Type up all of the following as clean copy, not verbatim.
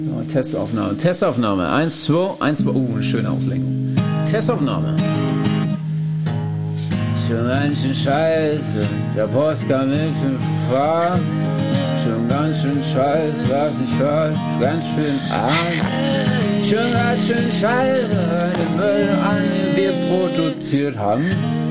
Oh, Testaufnahme. 1, 2, 1, 2. Eine schöne Auslenkung. Testaufnahme. Schon ganz schön scheiße, der Post kann nicht fahren. Schon ganz schön scheiße, was nicht falsch, ganz schön arm. Schon ganz schön scheiße, den Müll an, den wir produziert haben.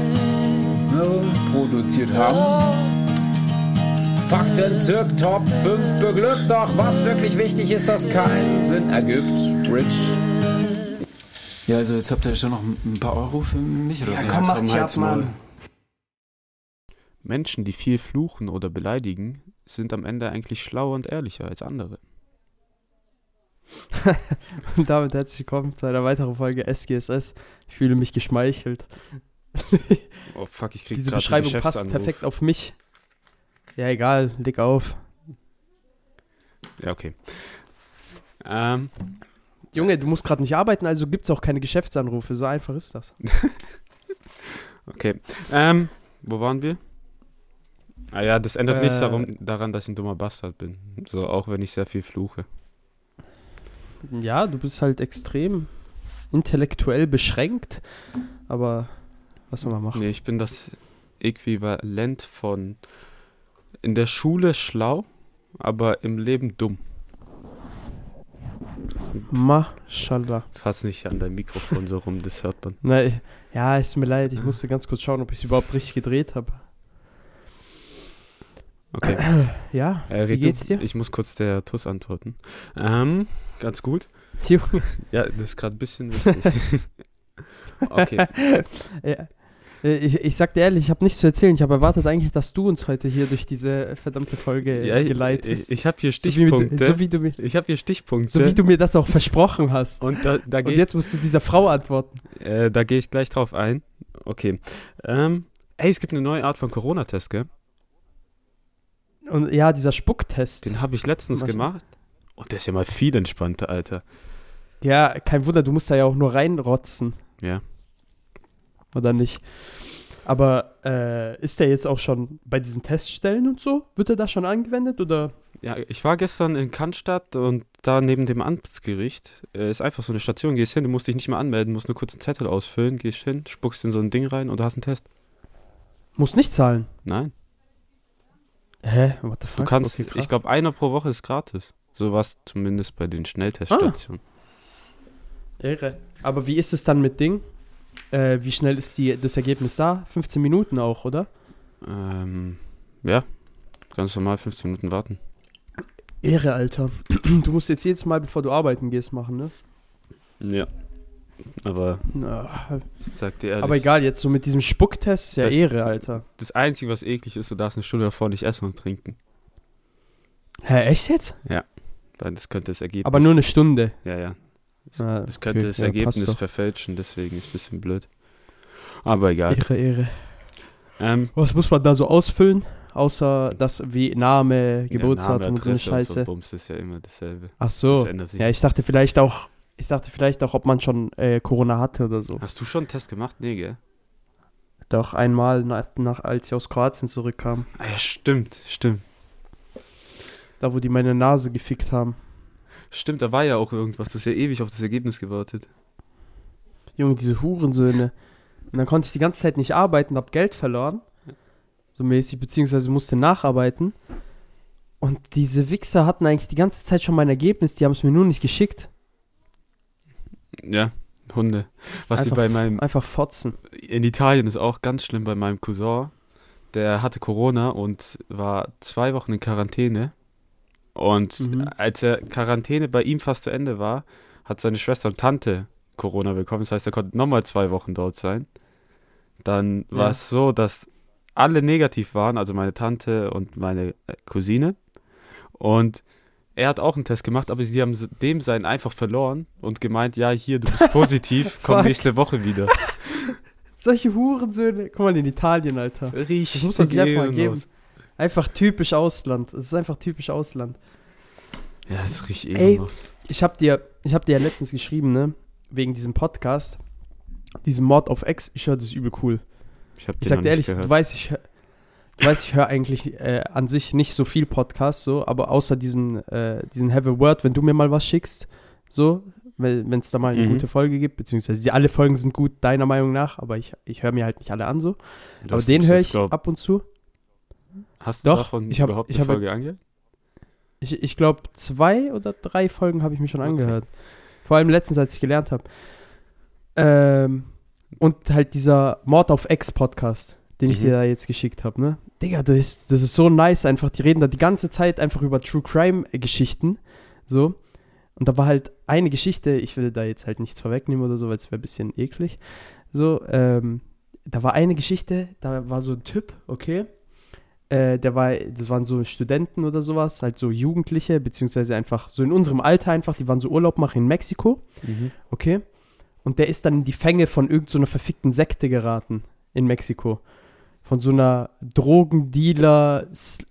Fakten Top 5 beglückt, doch was wirklich wichtig ist, das keinen Sinn ergibt. Rich. Ja, also jetzt habt ihr schon noch ein paar Euro für mich oder ja, so. Komm, mach dich ab, Mann. Menschen, die viel fluchen oder beleidigen, sind am Ende eigentlich schlauer und ehrlicher als andere. Und damit herzlich willkommen zu einer weiteren Folge SGSS. Ich fühle mich geschmeichelt. Oh fuck, ich krieg Diese gerade Beschreibung passt perfekt auf mich. Ja, egal, leg auf. Ja, okay. Junge, du musst gerade nicht arbeiten, also gibt's auch keine Geschäftsanrufe. So einfach ist das. Okay. Wo waren wir? Ah ja, das ändert nichts daran, dass ich ein dummer Bastard bin. So, auch wenn ich sehr viel fluche. Ja, du bist halt extrem intellektuell beschränkt, aber was soll man machen? Nee, ich bin das Äquivalent von in der Schule schlau, aber im Leben dumm. Mashallah. Fass nicht an dein Mikrofon so rum, das hört man. Nein, ja, es tut mir leid, ich musste ganz kurz schauen, ob ich es überhaupt richtig gedreht habe. Okay. Ja, wie geht's dir? Ich muss kurz der TUS antworten. Ganz gut. Junge. Ja, das ist gerade ein bisschen wichtig. Okay. Ja. Ich sag dir ehrlich, ich habe nichts zu erzählen. Ich habe erwartet eigentlich, dass du uns heute hier durch diese verdammte Folge geleitest. Ich habe hier Stichpunkte. So wie du mir das auch versprochen hast. Und jetzt musst du dieser Frau antworten. Da gehe ich gleich drauf ein. Okay. Es gibt eine neue Art von Corona-Test, gell? Und ja, dieser Spucktest. Den habe ich letztens gemacht. Und der ist ja mal viel entspannter, Alter. Ja, kein Wunder, du musst da ja auch nur reinrotzen. Ja. Oder nicht? Aber ist der jetzt auch schon bei diesen Teststellen und so? Wird der da schon angewendet, oder? Ja, ich war gestern in Cannstatt und da neben dem Amtsgericht ist einfach so eine Station. Gehst hin, du musst dich nicht mehr anmelden, musst nur kurz einen Zettel ausfüllen, gehst hin, spuckst in so ein Ding rein und du hast einen Test. Musst nicht zahlen? Nein. Hä? What the fuck? Du kannst, okay, ich glaube, einer pro Woche ist gratis. So war es zumindest bei den Schnellteststationen. Irre. Aber wie ist es dann mit Ding? Wie schnell ist das Ergebnis da? 15 Minuten auch, oder? Ja, ganz normal 15 Minuten warten. Irre, Alter. Du musst jetzt jedes Mal, bevor du arbeiten gehst, machen, ne? Ja. Aber, sag dir ehrlich. Aber egal, jetzt so mit diesem Spucktest ist ja Ehre, Alter. Das Einzige, was eklig ist, du darfst eine Stunde davor nicht essen und trinken. Hä, echt jetzt? Ja, weil das könnte das Ergebnis... Aber nur eine Stunde? Ja. Das könnte das Ergebnis verfälschen, deswegen ist es ein bisschen blöd. Aber egal. Ehre. Was muss man da so ausfüllen? Außer das wie Name, Geburtsdatum und so eine Scheiße. Und so Bums ist ja immer dasselbe. Ach so. Das ändert sich. Ja, ich dachte vielleicht auch, ob man schon Corona hatte oder so. Hast du schon einen Test gemacht? Nee, gell? Doch, einmal, als ich aus Kroatien zurückkam. Ah ja, stimmt. Da, wo die meine Nase gefickt haben. Stimmt, da war ja auch irgendwas. Du hast ja ewig auf das Ergebnis gewartet. Junge, diese Hurensöhne. Und dann konnte ich die ganze Zeit nicht arbeiten, hab Geld verloren. So mäßig, beziehungsweise musste nacharbeiten. Und diese Wichser hatten eigentlich die ganze Zeit schon mein Ergebnis, die haben es mir nur nicht geschickt. Ja, Hunde. Einfach fotzen. In Italien ist auch ganz schlimm bei meinem Cousin. Der hatte Corona und war 2 Wochen in Quarantäne. Und als der Quarantäne bei ihm fast zu Ende war, hat seine Schwester und Tante Corona bekommen. Das heißt, er konnte nochmal 2 Wochen dort sein. Dann war es so, dass alle negativ waren, also meine Tante und meine Cousine. Und er hat auch einen Test gemacht, aber sie haben dem seinen einfach verloren und gemeint, ja, hier, du bist positiv, komm nächste Woche wieder. Solche Hurensöhne. Guck mal, in Italien, Alter. Richtig. Das muss man sich einfach mal geben. Einfach typisch Ausland. Es ist einfach typisch Ausland. Ja, das ist richtig ehrenlos. Ich hab dir ja letztens geschrieben, ne? Wegen diesem Podcast. Diesem Mod of X. Ich höre das übel cool. Ich sag dir ehrlich, du weißt, Du weißt, ich höre eigentlich an sich nicht so viel Podcasts, so, aber außer diesen Have a Word, wenn du mir mal was schickst, so, wenn es da mal eine gute Folge gibt, beziehungsweise alle Folgen sind gut, deiner Meinung nach, aber ich höre mir halt nicht alle an, so. Aber den höre ich ab und zu. Hast du davon überhaupt eine Folge angehört? Ich glaube, 2 oder 3 Folgen habe ich mir schon angehört. Vor allem letztens, als ich gelernt habe. Und halt dieser Mord auf Ex-Podcast, den ich dir da jetzt geschickt habe, ne? Digga, das ist so nice einfach. Die reden da die ganze Zeit einfach über True-Crime-Geschichten, so. Und da war halt eine Geschichte, ich will da jetzt halt nichts vorwegnehmen oder so, weil es wäre ein bisschen eklig. So, da war eine Geschichte, da war so ein Typ, okay, das waren so Studenten oder sowas, halt so Jugendliche, beziehungsweise einfach so in unserem Alter einfach, die waren so Urlaub machen in Mexiko, okay, und der ist dann in die Fänge von irgendeiner verfickten Sekte geraten in Mexiko, von so einer Drogendealer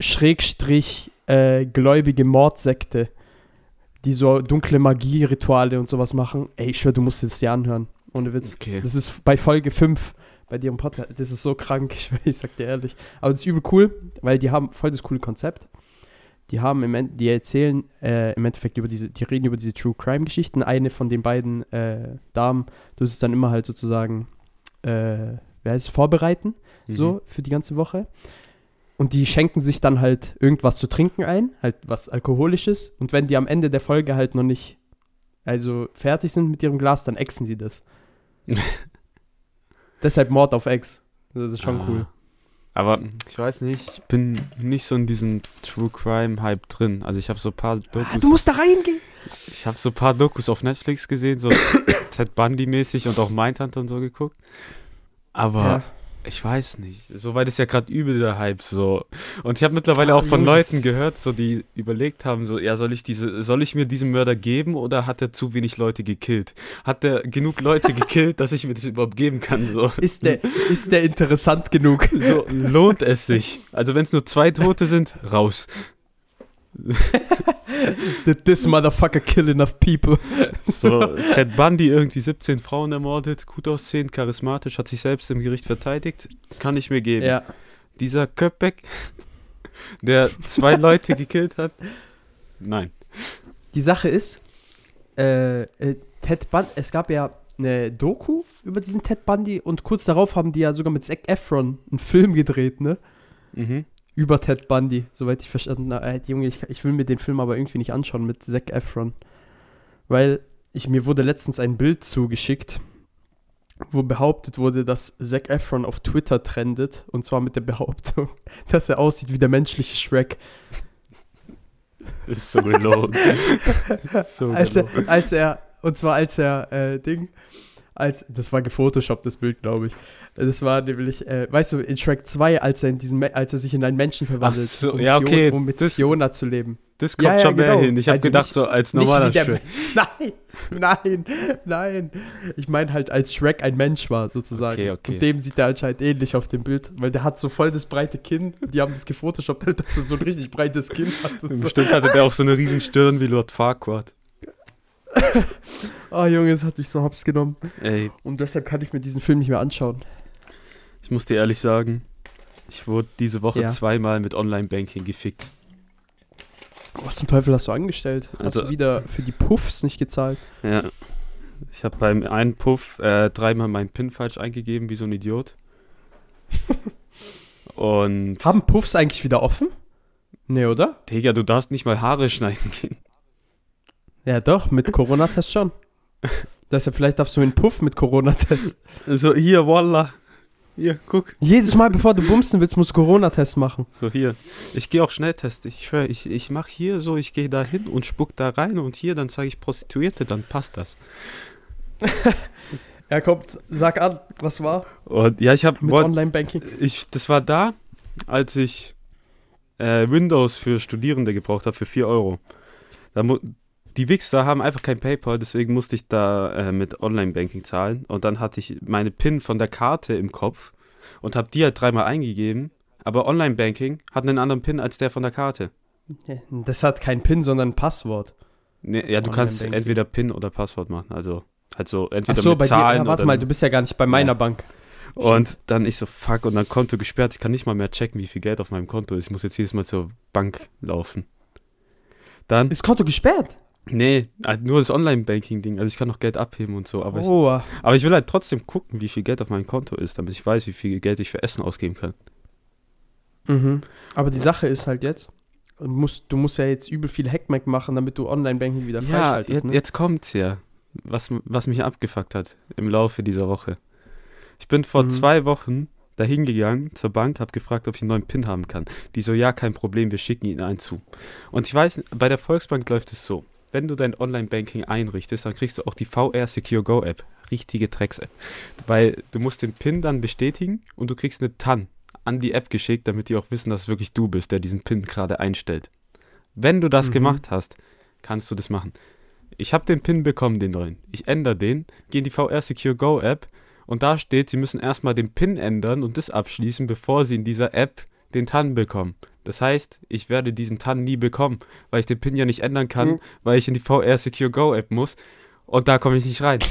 gläubige Mordsekte, die so dunkle Magie-Rituale und sowas machen. Ey, ich schwör, du musst es dir anhören, ohne Witz. Okay. Das ist bei Folge 5 bei dir im Podcast, das ist so krank, ich sag dir ehrlich. Aber das ist übel cool, weil die haben voll das coole Konzept. Die erzählen im Endeffekt die reden über diese True Crime Geschichten. Eine von den beiden Damen, du musst es dann immer halt sozusagen, vorbereiten, so für die ganze Woche. Und die schenken sich dann halt irgendwas zu trinken ein, halt was Alkoholisches. Und wenn die am Ende der Folge halt noch nicht, fertig sind mit ihrem Glas, dann exen sie das. Deshalb Mord auf Ex. Das ist schon cool. Aber ich weiß nicht, ich bin nicht so in diesem True Crime Hype drin. Also ich habe so ein paar Dokus. Du musst da reingehen. Ich habe so ein paar Dokus auf Netflix gesehen, so Ted Bundy mäßig und auch Mindhunter und so geguckt. Aber ich weiß nicht, so weit ist ja gerade übel der Hype so. Und ich habe mittlerweile auch von Leuten gehört, so die überlegt haben, so ja, soll ich mir diesen Mörder geben oder hat er zu wenig Leute gekillt? Hat er genug Leute gekillt, dass ich mir das überhaupt geben kann? So. Ist der interessant genug? So lohnt es sich. Also wenn es nur 2 Tote sind, raus. Did this motherfucker kill enough people? So, Ted Bundy irgendwie 17 Frauen ermordet, gut aussehend, charismatisch, hat sich selbst im Gericht verteidigt, kann ich mir geben. Ja. Dieser Köpek, der 2 Leute gekillt hat, nein. Die Sache ist, Ted Bundy, es gab ja eine Doku über diesen Ted Bundy und kurz darauf haben die ja sogar mit Zac Efron einen Film gedreht, ne? Über Ted Bundy, soweit ich verstanden habe. Junge, ich will mir den Film aber irgendwie nicht anschauen mit Zac Efron. Weil mir wurde letztens ein Bild zugeschickt, wo behauptet wurde, dass Zac Efron auf Twitter trendet. Und zwar mit der Behauptung, dass er aussieht wie der menschliche Shrek. Ist so gelogen. Das war gefotoshoppt, das Bild, glaube ich. Das war nämlich, weißt du, in Shrek 2, als er sich in einen Menschen verwandelt, so, um mit Fiona zu leben. Das kommt schon mehr hin. Ich habe gedacht, nicht, so als normaler Shrek. Nein. Ich meine halt, als Shrek ein Mensch war, sozusagen. Okay. Und dem sieht er anscheinend ähnlich auf dem Bild, weil der hat so voll das breite Kinn. Die haben das gefotoshoppt, dass er so ein richtig breites Kinn hat. Und bestimmt hatte der auch so eine riesen Stirn wie Lord Farquaad. Oh Junge, es hat mich so hops genommen. Ey. Und deshalb kann ich mir diesen Film nicht mehr anschauen. Ich muss dir ehrlich sagen, ich wurde diese Woche 2-mal mit Online-Banking gefickt. Was zum Teufel hast du angestellt? Hast du wieder für die Puffs nicht gezahlt? Ja. Ich habe beim einen Puff 3-mal meinen PIN falsch eingegeben, wie so ein Idiot. Und haben Puffs eigentlich wieder offen? Nee, oder? Digga, du darfst nicht mal Haare schneiden gehen. Ja doch, mit Corona-Test schon. Deshalb vielleicht darfst du einen Puff mit Corona-Test. So, hier, Wallah. Hier, guck. Jedes Mal, bevor du bumsen willst, musst du Corona-Test machen. So, hier. Ich gehe auch Schnelltest. Ich schwöre, ich mache hier so, ich gehe da hin und spuck da rein und hier, dann zeige ich Prostituierte, dann passt das. Ja, komm, sag an, was war? Und ja, ich habe mit Online-Banking. Das war da, als ich Windows für Studierende gebraucht habe für 4 Euro. Die Wichser haben einfach kein PayPal, deswegen musste ich da mit Online-Banking zahlen. Und dann hatte ich meine PIN von der Karte im Kopf und habe die halt 3-mal eingegeben. Aber Online-Banking hat einen anderen PIN als der von der Karte. Das hat kein PIN, sondern ein Passwort. Nee, ja, du kannst entweder PIN oder Passwort machen. Also halt so entweder mit Zahlen warte mal, du bist ja gar nicht bei meiner Bank. Und dann ich so, fuck, und dann Konto gesperrt. Ich kann nicht mal mehr checken, wie viel Geld auf meinem Konto ist. Ich muss jetzt jedes Mal zur Bank laufen. Dann... Ist Konto gesperrt? Nee, halt nur das Online-Banking-Ding. Also ich kann noch Geld abheben und so. Aber, Oh, ich will halt trotzdem gucken, wie viel Geld auf meinem Konto ist, damit ich weiß, wie viel Geld ich für Essen ausgeben kann. Aber die Sache ist halt jetzt, du musst ja jetzt übel viel Hackmack machen, damit du Online-Banking wieder freischaltest. Ja, jetzt kommt's ja, was mich abgefuckt hat im Laufe dieser Woche. Ich bin vor 2 Wochen da hingegangen zur Bank, habe gefragt, ob ich einen neuen PIN haben kann. Die so, ja, kein Problem, wir schicken Ihnen einen zu. Und ich weiß, bei der Volksbank läuft es so, wenn du dein Online-Banking einrichtest, dann kriegst du auch die VR Secure Go App, richtige Drecks-App. Weil du musst den PIN dann bestätigen und du kriegst eine TAN an die App geschickt, damit die auch wissen, dass es wirklich du bist, der diesen PIN gerade einstellt. Wenn du das gemacht hast, kannst du das machen. Ich habe den PIN bekommen, den neuen. Ich ändere den, gehe in die VR Secure Go App und da steht, sie müssen erstmal den PIN ändern und das abschließen, bevor sie in dieser App den TAN bekommen. Das heißt, ich werde diesen TAN nie bekommen, weil ich den PIN ja nicht ändern kann, weil ich in die VR Secure Go App muss und da komme ich nicht rein.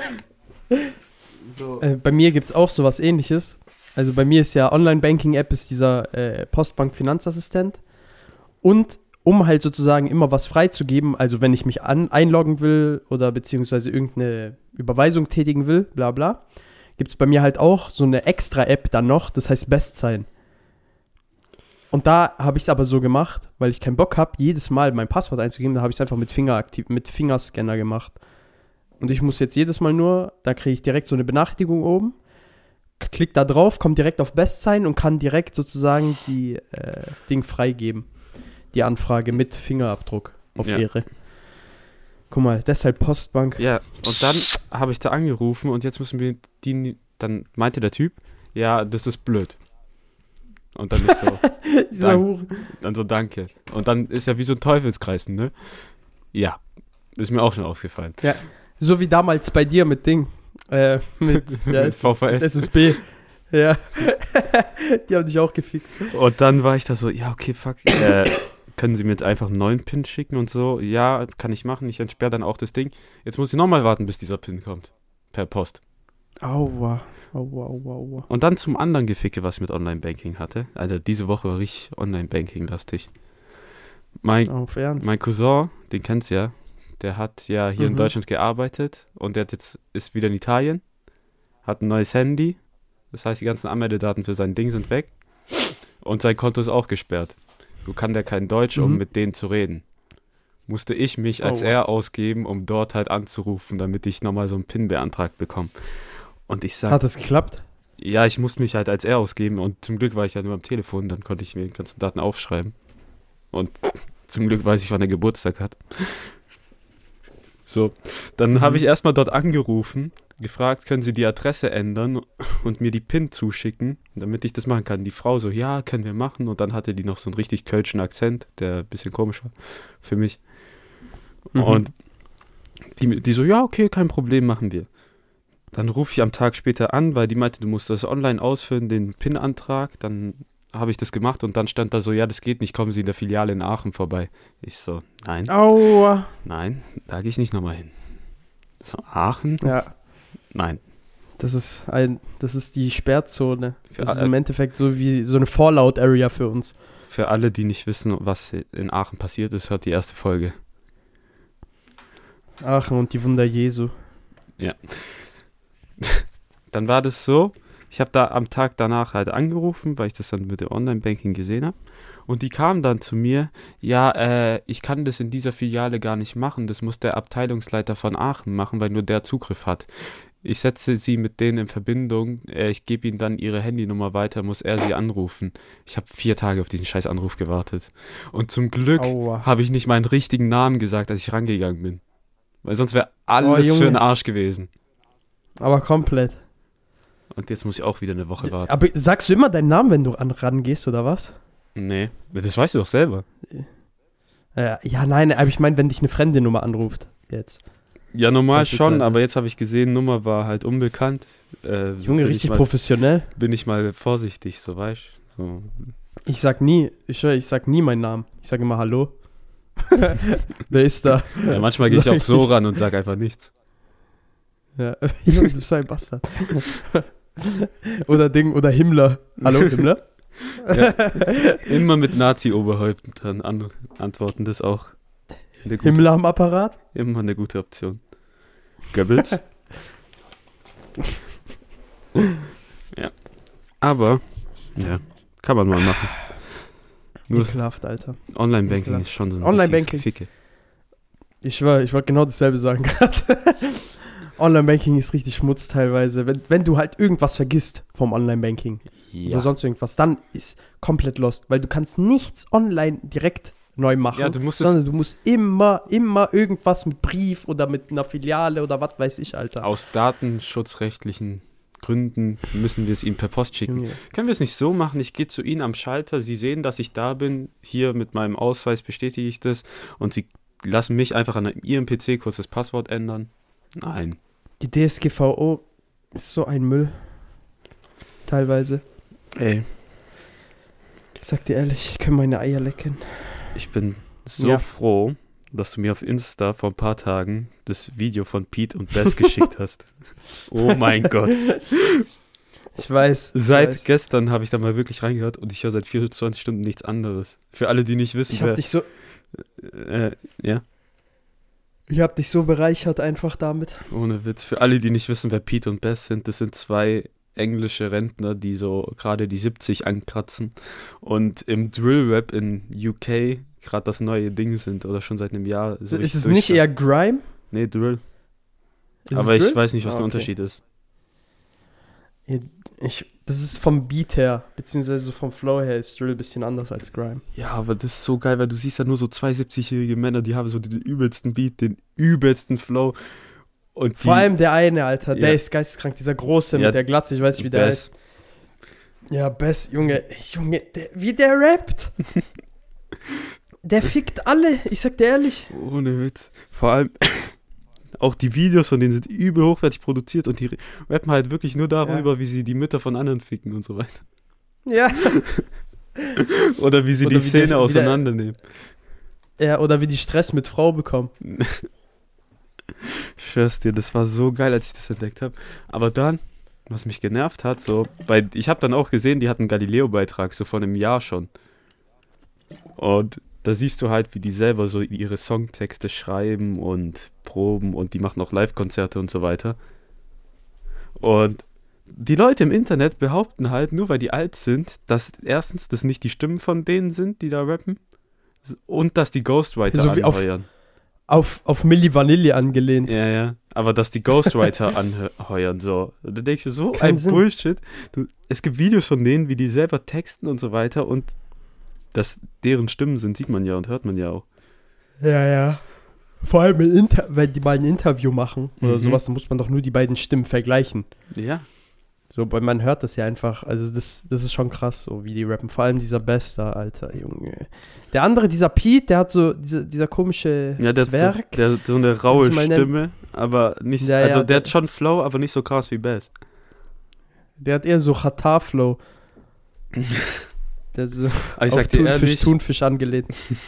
Bei mir gibt es auch sowas Ähnliches. Also bei mir ist ja Online-Banking-App ist dieser Postbank-Finanzassistent. Und um halt sozusagen immer was freizugeben, also wenn ich mich einloggen will oder beziehungsweise irgendeine Überweisung tätigen will, bla bla, gibt es bei mir halt auch so eine extra App dann noch, das heißt Bestsign. Und da habe ich es aber so gemacht, weil ich keinen Bock habe, jedes Mal mein Passwort einzugeben, da habe ich es einfach mit Fingerscanner gemacht. Und ich muss jetzt jedes Mal nur, da kriege ich direkt so eine Benachrichtigung oben, klick da drauf, kommt direkt auf Bestsign und kann direkt sozusagen die Ding freigeben. Die Anfrage mit Fingerabdruck auf Ehre. Guck mal, deshalb Postbank. Ja, und dann habe ich da angerufen und jetzt müssen wir dann meinte der Typ, ja, das ist blöd. Und dann ist so, dann so, danke. Und dann ist ja wie so ein Teufelskreis, ne? Ja, ist mir auch schon aufgefallen. Ja, so wie damals bei dir mit Ding. Mit VVS. SSB. Ja, die haben dich auch gefickt. Und dann war ich da so, ja, okay, fuck, können Sie mir jetzt einfach einen neuen PIN schicken und so? Ja, kann ich machen, ich entsperre dann auch das Ding. Jetzt muss ich nochmal warten, bis dieser PIN kommt. Per Post. Aua. Und dann zum anderen Geficke, was ich mit Online-Banking hatte. Also diese Woche war richtig Online-Banking-lastig. Mein Cousin, den kennst du ja, der hat ja hier in Deutschland gearbeitet und der ist wieder in Italien, hat ein neues Handy. Das heißt, die ganzen Anmeldedaten für sein Ding sind weg und sein Konto ist auch gesperrt. Du kann der kein Deutsch, um mit denen zu reden. Musste ich mich als er ausgeben, um dort halt anzurufen, damit ich nochmal so einen PIN beantragt bekomme. Und ich sag... Hat das geklappt? Ja, ich musste mich halt als er ausgeben und zum Glück war ich ja nur am Telefon, dann konnte ich mir die ganzen Daten aufschreiben. Und zum Glück weiß ich, wann er Geburtstag hat. So, dann habe ich erstmal dort angerufen, gefragt, können Sie die Adresse ändern und mir die PIN zuschicken, damit ich das machen kann. Die Frau so, ja, können wir machen. Und dann hatte die noch so einen richtig kölschen Akzent, der ein bisschen komisch war für mich. Und die so, ja, okay, kein Problem, machen wir. Dann rufe ich am Tag später an, weil die meinte, du musst das online ausfüllen, den PIN-Antrag. Dann habe ich das gemacht und dann stand da so, ja, das geht nicht, kommen Sie in der Filiale in Aachen vorbei. Ich so, nein. Aua. Nein, da gehe ich nicht nochmal hin. So, Aachen? Ja. Nein. Das ist die Sperrzone. Das ist im Endeffekt so wie so eine Fallout-Area für uns. Für alle, die nicht wissen, was in Aachen passiert ist, hört die erste Folge. Aachen und die Wunder Jesu. Ja. Dann war das so, ich habe da am Tag danach halt angerufen, weil ich das dann mit dem Online-Banking gesehen habe. Und die kamen dann zu mir, ja, ich kann das in dieser Filiale gar nicht machen, das muss der Abteilungsleiter von Aachen machen, weil nur der Zugriff hat. Ich setze sie mit denen in Verbindung, ich gebe ihnen dann ihre Handynummer weiter, muss er sie anrufen. Ich habe 4 Tage auf diesen scheiß Anruf gewartet. Und zum Glück habe ich nicht meinen richtigen Namen gesagt, als ich rangegangen bin. Weil sonst wäre alles für den Arsch gewesen. Aber komplett. Und jetzt muss ich auch wieder eine Woche warten. Aber sagst du immer deinen Namen, wenn du rangehst, oder was? Nee, das weißt du doch selber. Ja, nein, aber ich meine, wenn dich eine fremde Nummer anruft, jetzt. Ja, normal schon, aber jetzt habe ich gesehen, Nummer war halt unbekannt. Junge, richtig professionell. Bin ich mal vorsichtig, so weißt du. So. Ich sag nie meinen Namen. Ich sag immer Hallo. Wer ist da? Ja, manchmal gehe ich auch so ran und sag einfach nichts. Ja, du bist so ein Bastard. Oder Himmler. Hallo, Himmler? Ja, immer mit Nazi-Oberhäuptern antworten, das ist auch eine gute, Himmler am Apparat? immer eine gute Option. Goebbels. Ja. Aber, ja, kann man mal machen. Nur Ekelhaft, Alter. Online-Banking Ekelhaft. ist schon so ein Online-Banking. richtiges Geficke. Ich wollte genau dasselbe sagen gerade. Online-Banking ist richtig Schmutz teilweise. Wenn du halt irgendwas vergisst vom Online-Banking oder sonst irgendwas, dann ist komplett lost, weil du kannst nichts online direkt neu machen, Ja, du musst sondern du musst immer irgendwas mit Brief oder mit einer Filiale oder was weiß ich, Alter. Aus datenschutzrechtlichen Gründen müssen wir es Ihnen per Post schicken. Junge. Können wir es nicht so machen, ich gehe zu Ihnen am Schalter, Sie sehen, dass ich da bin, hier mit meinem Ausweis bestätige ich das und Sie lassen mich einfach an Ihrem PC kurz das Passwort ändern? Nein. Die DSGVO ist so ein Müll. Teilweise. Ey, Ich sag dir ehrlich, ich kann meine Eier lecken. ich bin so Ja. froh, dass du mir auf Insta vor ein paar Tagen das Video von Pete und Bess geschickt hast. Oh mein Gott. Ich weiß. Seit gestern habe ich da mal wirklich reingehört und ich höre seit 24 Stunden nichts anderes. Für alle, die nicht wissen, Ich hab dich so ja, bereichert einfach damit. ohne Witz. Für alle, die nicht wissen, wer Pete und Bess sind, das sind zwei englische Rentner, die so gerade die 70 ankratzen und im Drill-Rap in UK gerade das neue Ding sind oder schon seit einem Jahr. So Ist richtig es nicht eher Grime? Nee, Drill. Ist Aber es ich Drill? weiß nicht, was der Okay. Unterschied ist. Das ist vom Beat her, beziehungsweise vom Flow her ist Drill ein bisschen anders als Grime. Ja, aber das ist so geil, weil du siehst ja nur so 72-jährige Männer, die haben so den übelsten Beat, den übelsten Flow. Und die, Vor allem der eine, Alter, der Ja. ist geisteskrank, dieser Große Ja, mit der Glatze, ich weiß nicht, wie der Bess. heißt. Ja, Bess, Junge, wie der rappt. Der fickt alle, ich sag dir ehrlich. Ohne Witz. Vor allem auch die Videos von denen sind übel hochwertig produziert und die rappen halt wirklich nur darüber, wie sie die Mütter von anderen ficken und so weiter. Ja. Oder wie sie Oder die wie Szene der- auseinandernehmen. Ja, oder wie die Stress mit Frau bekommen. Ich schwör's dir, das war so geil, als ich das entdeckt habe. Aber dann, was mich genervt hat, ich habe dann auch gesehen, die hatten einen Galileo-Beitrag, so von einem Jahr schon. Und da siehst du halt, wie die selber so ihre Songtexte schreiben und proben und die machen auch Live-Konzerte und so weiter. Und die Leute im Internet behaupten halt, nur weil die alt sind, dass erstens das nicht die Stimmen von denen sind, die da rappen, und dass die Ghostwriter So wie anheuern. Auf Milli Vanilli angelehnt. Ja, ja. Aber dass die Ghostwriter anheuern, so. Da denke ich mir, so Kein ein Sinn. Bullshit. Es gibt Videos von denen, wie die selber texten und so weiter und dass deren Stimmen sind, sieht man ja und hört man ja auch. Ja, ja. Vor allem, wenn die mal ein Interview machen oder Mhm. sowas, dann muss man doch nur die beiden Stimmen vergleichen. Ja. So, weil man hört das ja einfach. Also das ist schon krass, so wie die rappen. Vor allem dieser Best da, Alter, Junge. Der andere, dieser Pete, der hat so dieser komische Ja, der Zwerg. hat so eine raue Muss ich mal nennen. Stimme, aber nicht, Ja, also ja, der hat schon Flow, aber nicht so krass wie Bass. Der hat eher so Chata-Flow. Der ist so Aber ich auf sag dir ehrlich, Thunfisch angelehnt.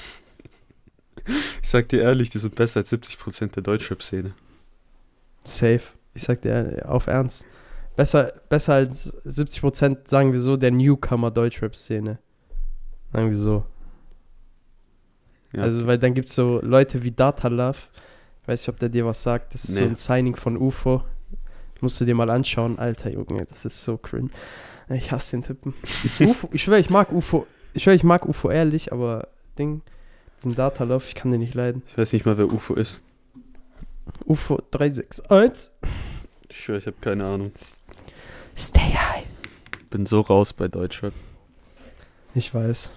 die sind besser als 70% der Deutschrap-Szene. Safe. Ich sag dir auf Ernst. Besser als 70%, sagen wir so, der Newcomer-Deutschrap-Szene. Sagen wir so. Ja. Also, weil dann gibt es so Leute wie Data Love. Ich weiß nicht, ob der dir was sagt. Das ist so Nee. ein Signing von UFO. Musst du dir mal anschauen. Alter, Junge, das ist so cringe. Ich hasse den Typen. UFO, ich schwöre, ich mag UFO. Ich schwöre, ich mag UFO ehrlich, aber diesen Data Love, ich kann den nicht leiden. Ich weiß nicht mal, wer UFO ist. UFO 361. Ich schwöre, ich habe keine Ahnung. Stay high. Bin so raus bei Deutschrap. Ich weiß.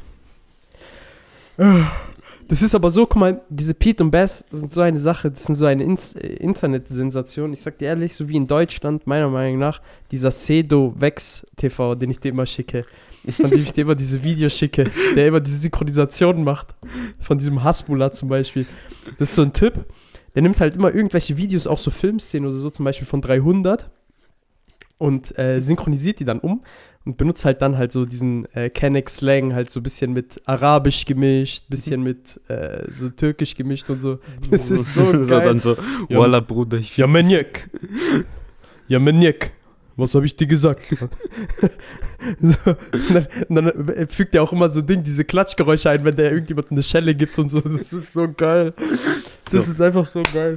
Das ist aber so, guck mal, diese Pete und Bass sind so eine Sache, das sind so eine Internetsensation. Ich sag dir ehrlich, so wie in Deutschland, meiner Meinung nach, dieser Sedo Vex TV, den ich dir immer schicke, von dem ich dir immer diese Videos schicke, der immer diese Synchronisationen macht, von diesem Hasbulla zum Beispiel. Das ist so ein Typ, der nimmt halt immer irgendwelche Videos, auch so Filmszenen oder so, zum Beispiel von 300 und synchronisiert die dann um und benutzt halt dann halt so diesen Kenneck-Slang halt so ein bisschen mit Arabisch gemischt, bisschen mit so Türkisch gemischt und so. Das ist so geil. So dann so, Ja. Wallah, Bruder, ich Ja, Maniak. Ja, Maniak. Was habe ich dir gesagt? So, dann fügt er auch immer so diese Klatschgeräusche ein, wenn der irgendjemand eine Schelle gibt und so. Das ist so geil. Das ist einfach so geil.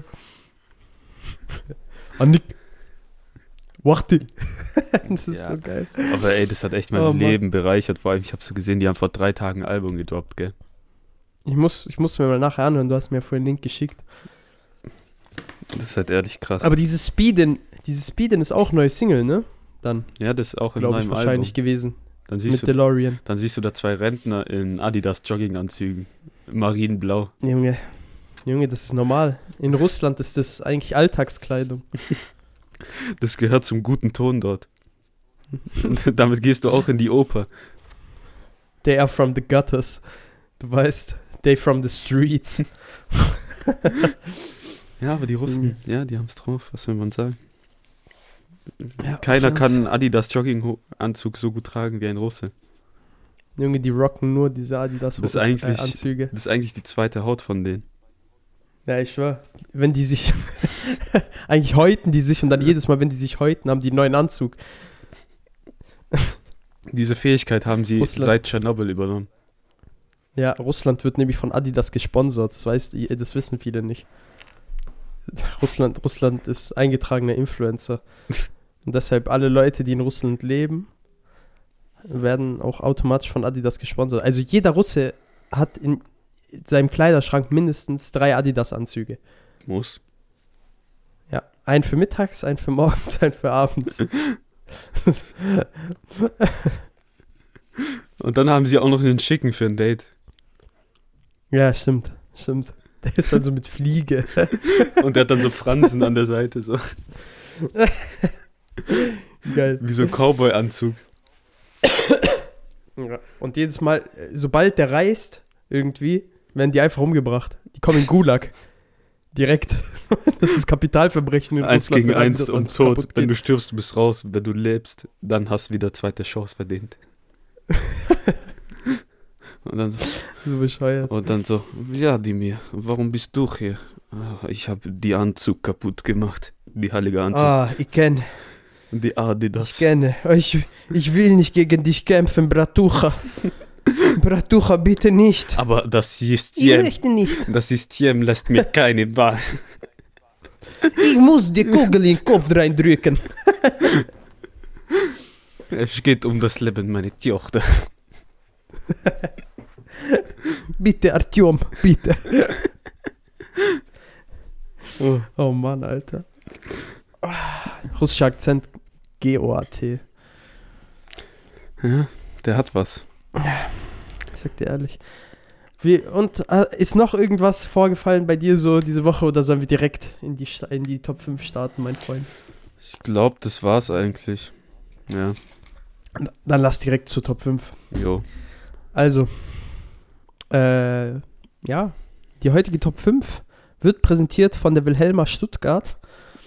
Annik, warte. Das ist so geil. Aber ey, das hat echt mein Leben bereichert. Vor allem, ich habe so gesehen, die haben vor 3 Tagen ein Album gedroppt, gell? Ich muss mir mal nachher anhören, du hast mir vorhin einen Link geschickt. Das ist halt ehrlich krass. Aber dieses Speedin ist auch eine neue Single, ne? Dann. Ja, das ist auch in glaube neuem ich wahrscheinlich Album. Gewesen. Dann siehst mit DeLorean. Dann siehst du da 2 Rentner in Adidas Jogginganzügen. Marineblau. Junge, das ist normal. In Russland ist das eigentlich Alltagskleidung. Das gehört zum guten Ton dort. Und damit gehst du auch in die Oper. They are from the gutters. Du weißt, they from the streets. Ja, aber die Russen, ja, die haben es drauf, was will man sagen? Ja, Keiner kann einen Adidas Jogginganzug so gut tragen wie ein Russe. Junge, die rocken nur diese Adidas Anzüge. Das ist eigentlich die zweite Haut von denen. Ja, ich schwör. Wenn die sich eigentlich häuten die sich und dann jedes Mal, wenn die sich häuten, haben die einen neuen Anzug. Diese Fähigkeit haben sie seit Tschernobyl übernommen. Ja, Russland wird nämlich von Adidas gesponsert. Das wissen viele nicht. Russland ist eingetragener Influencer. Und deshalb alle Leute, die in Russland leben, werden auch automatisch von Adidas gesponsert. Also jeder Russe hat in seinem Kleiderschrank mindestens 3 Adidas-Anzüge. Muss. Ja, einen für mittags, einen für morgens, einen für abends. Und dann haben sie auch noch einen schicken für ein Date. Ja, stimmt. Der ist dann so mit Fliege. Und der hat dann so Fransen an der Seite. So. Geil. Wie so ein Cowboy-Anzug. Ja. Und jedes Mal, sobald der reist, irgendwie, werden die einfach umgebracht. Die kommen in Gulag. Direkt. Das ist Kapitalverbrechen in 1 Russland. gegen 1 und tot. Wenn du stirbst, du bist raus. Wenn du lebst, dann hast du wieder zweite Chance verdient. Und dann so bescheuert. Und dann so, ja, Dimir, warum bist du hier? Ich habe die Anzug kaputt gemacht. Die heilige Anzug. Ich kenne. Die Adidas. Ich kenne. Ich will nicht gegen dich kämpfen, Bratucha. Bratucha, bitte nicht. Aber das System. Ich möchte nicht. Das System lässt mir keine Wahl. Ich muss die Kugel in den Kopf reindrücken. Es geht um das Leben meiner Tochter. Bitte, Artyom, bitte. Oh Mann, Alter. Russischer Akzent, G-O-A-T. Ja, der hat was. Ich sag dir ehrlich. Ist noch irgendwas vorgefallen bei dir so diese Woche oder sollen wir direkt in die Top 5 starten, mein Freund? Ich glaube, das war's eigentlich. Ja. Dann lass direkt zur Top 5. Jo. Also, die heutige Top 5 wird präsentiert von der Wilhelma Stuttgart.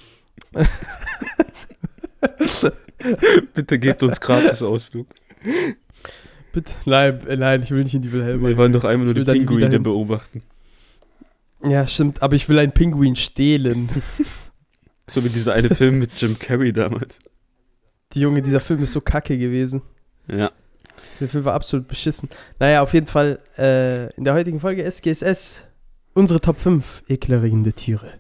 Bitte gebt uns gratis Ausflug. Bitte? Nein, ich will nicht in die Wilhelma. Wir wollen doch einmal nur die Pinguine beobachten. Ja, stimmt, aber ich will einen Pinguin stehlen. So wie dieser eine Film mit Jim Carrey damals. Dieser Film ist so kacke gewesen. Ja. Der Film war absolut beschissen. Naja, auf jeden Fall in der heutigen Folge SGSS unsere Top 5 ekelerregende Tiere.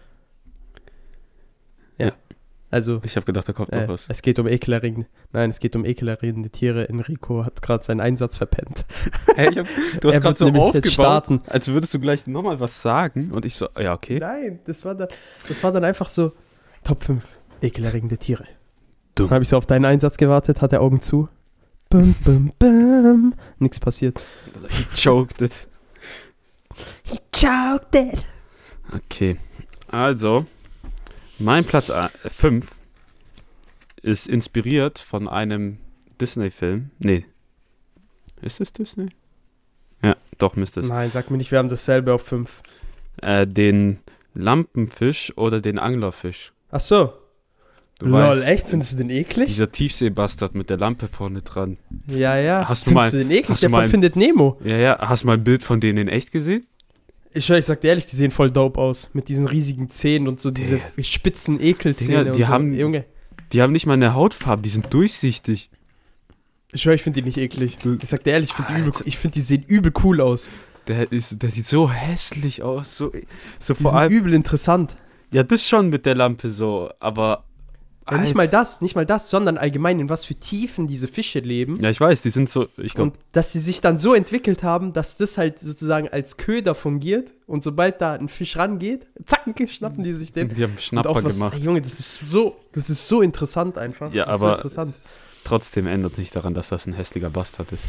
Ja. Also. Ich habe gedacht, da kommt noch was. Es geht um ekelerregende Tiere. Enrico hat gerade seinen Einsatz verpennt. Hey, du hast gerade so aufgebaut, als würdest du gleich nochmal was sagen. Und ich so, ja, okay. Nein, das war dann einfach so Top 5 ekelerregende Tiere. Dumm. Dann habe ich so auf deinen Einsatz gewartet, hat er Augen zu. Bum, bum, bum. Nichts passiert. He choked it. He choked it. Okay, also mein Platz 5 ist inspiriert von einem Disney-Film. Nee. Ist es Disney? Ja, doch, müsste es. Nein, sag mir nicht, wir haben dasselbe auf 5. Den Lampenfisch oder den Anglerfisch. Ach so. Du Lol, weißt, echt? Findest du den eklig? Dieser Tiefseebastard mit der Lampe vorne dran. Ja. Hast du Findest du den eklig? Der von Findet Nemo. Ja. Hast du mal ein Bild von denen in echt gesehen? Ich sag dir ehrlich, die sehen voll dope aus. Mit diesen riesigen Zähnen und so diese spitzen Ekelzähne. Die haben, Junge. Die haben nicht mal eine Hautfarbe, die sind durchsichtig. Ich schwör, ich finde die nicht eklig. Ich sag dir ehrlich, ich finde die sehen übel cool aus. Der sieht so hässlich aus, so Die vor sind allem. übel interessant. Ja, das schon mit der Lampe so, aber. Ja, nicht mal das, sondern allgemein, in was für Tiefen diese Fische leben. Ja, ich weiß, die sind so, ich glaube. Und dass sie sich dann so entwickelt haben, dass das halt sozusagen als Köder fungiert. Und sobald da ein Fisch rangeht, zack, schnappen die sich den. Die haben Schnapper gemacht. Ey, Junge, das ist so interessant einfach. Ja, das ist aber so interessant. Trotzdem ändert nicht daran, dass das ein hässlicher Bastard ist.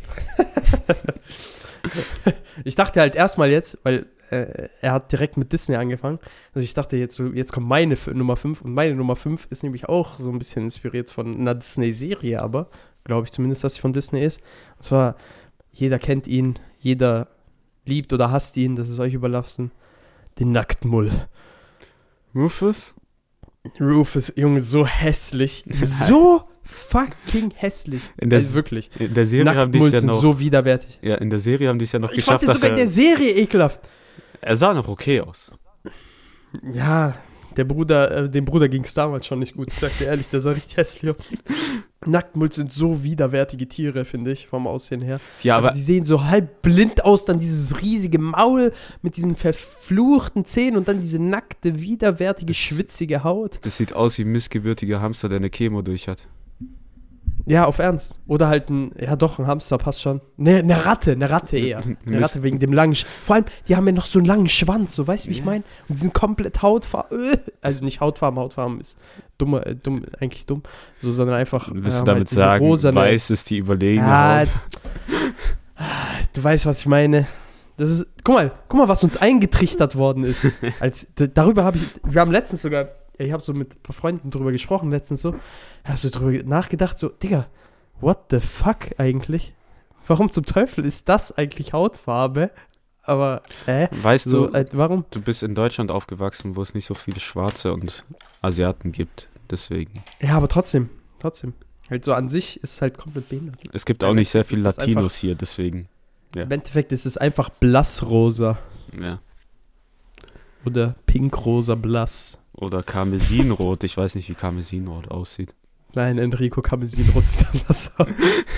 Ich dachte halt erstmal jetzt, weil er hat direkt mit Disney angefangen. Also ich dachte jetzt kommt meine Nummer 5 und meine Nummer 5 ist nämlich auch so ein bisschen inspiriert von einer Disney-Serie, aber glaube ich zumindest, dass sie von Disney ist. Und zwar, jeder kennt ihn, jeder liebt oder hasst ihn, das ist euch überlassen. Den Nacktmull. Rufus? Rufus, Junge, so hässlich. So fucking hässlich. Also wirklich. In der Serie haben die es ja sind noch. so widerwärtig. Ja, in der Serie haben die es ja noch Ich geschafft, fand den dass sogar in der Serie ekelhaft. er sah noch okay aus. Ja, dem Bruder ging es damals schon nicht gut. Ich sag dir ehrlich, der sah richtig hässlich aus. Nacktmull sind so widerwärtige Tiere, finde ich, vom Aussehen her. Ja, Also aber die sehen so halb blind aus, dann dieses riesige Maul mit diesen verfluchten Zähnen und dann diese nackte, widerwärtige, schwitzige Haut. das sieht aus wie ein missgebürtiger Hamster, der eine Chemo durch hat. Ja, auf Ernst. Oder halt ein Hamster passt schon. Ne, eine Ratte eher. Eine Ratte wegen dem langen vor allem, die haben ja noch so einen langen Schwanz, so, weißt du, wie ich meine? Und die sind komplett hautfarben. Also nicht Hautfarben ist eigentlich dumm. So, sondern einfach. Willst du damit halt diese sagen, rosane, weiß ist die überlegene ja, Haut? du weißt, was ich meine. Das ist, guck mal, was uns eingetrichtert worden ist. Wir haben letztens sogar, ich habe so mit ein paar Freunden drüber gesprochen letztens so, hast du drüber nachgedacht, so, Digga, what the fuck eigentlich? Warum zum Teufel ist das eigentlich Hautfarbe? Aber, Weißt so, du, warum? du bist in Deutschland aufgewachsen, wo es nicht so viele Schwarze und Asiaten gibt, deswegen. Ja, aber trotzdem. Halt so an sich ist es halt komplett behindert. Es gibt auch nicht sehr viele Ist das Latinos hier, deswegen. Ja. Im Endeffekt ist es einfach blassrosa. Ja. Oder pinkrosa blass. Oder Karmesinrot, ich weiß nicht, wie Karmesinrot aussieht. Nein, Enrico Karmesinrot sieht anders aus.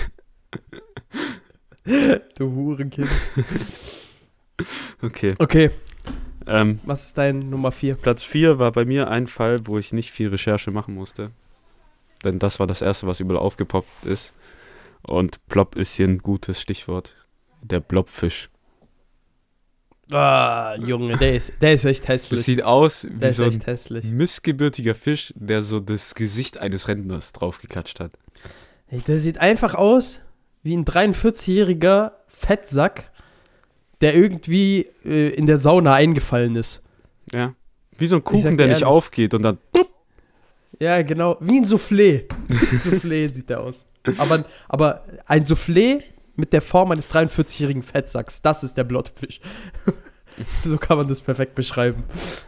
Du Hurenkind. Okay. Was ist dein Nummer 4? Platz 4 war bei mir ein Fall, wo ich nicht viel Recherche machen musste. Denn das war das erste, was überall aufgepoppt ist. Und Plop ist hier ein gutes Stichwort. Der Blobfisch. Ah, Junge, der ist echt hässlich. Das sieht aus wie Der ist so echt ein hässlich. missgebürtiger Fisch, der so das Gesicht eines Rentners draufgeklatscht hat. Ey, der sieht einfach aus wie ein 43-jähriger Fettsack, der irgendwie in der Sauna eingefallen ist. Ja. Wie so ein sag Kuchen, dir der nicht ehrlich. aufgeht und dann. Ja, genau. Wie ein Soufflé. Wie ein Soufflé sieht der aus. Aber ein Soufflé mit der Form eines 43-jährigen Fettsacks, das ist der Blobfisch. So kann man das perfekt beschreiben.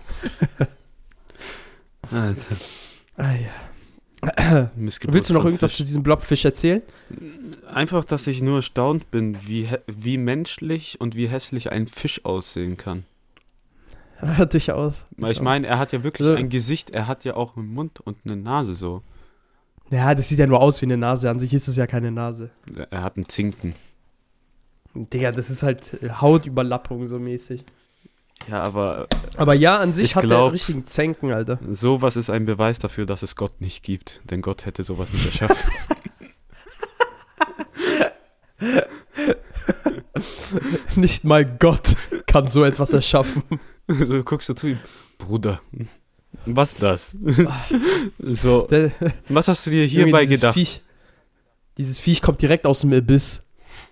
Alter. Ah, ja. Willst du noch irgendwas zu diesem Blobfisch erzählen? Einfach, dass ich nur erstaunt bin, wie menschlich und wie hässlich ein Fisch aussehen kann. Ja, durchaus. Weil ich meine, er hat ja wirklich Also- ein Gesicht, er hat ja auch einen Mund und eine Nase so. Ja, das sieht ja nur aus wie eine Nase. An sich ist es ja keine Nase. Er hat einen Zinken. Digga, das ist halt Hautüberlappung so mäßig. Ja, aber Aber ja, an sich Ich hat er glaub- einen richtigen Zänken, Alter. sowas ist ein Beweis dafür, dass es Gott nicht gibt. Denn Gott hätte sowas nicht erschaffen. Nicht mal Gott kann so etwas erschaffen. So guckst du zu ihm. Bruder, was das? So, Der, was hast du dir Junge, hierbei gedacht? Dieses Viech kommt direkt aus dem Abyss.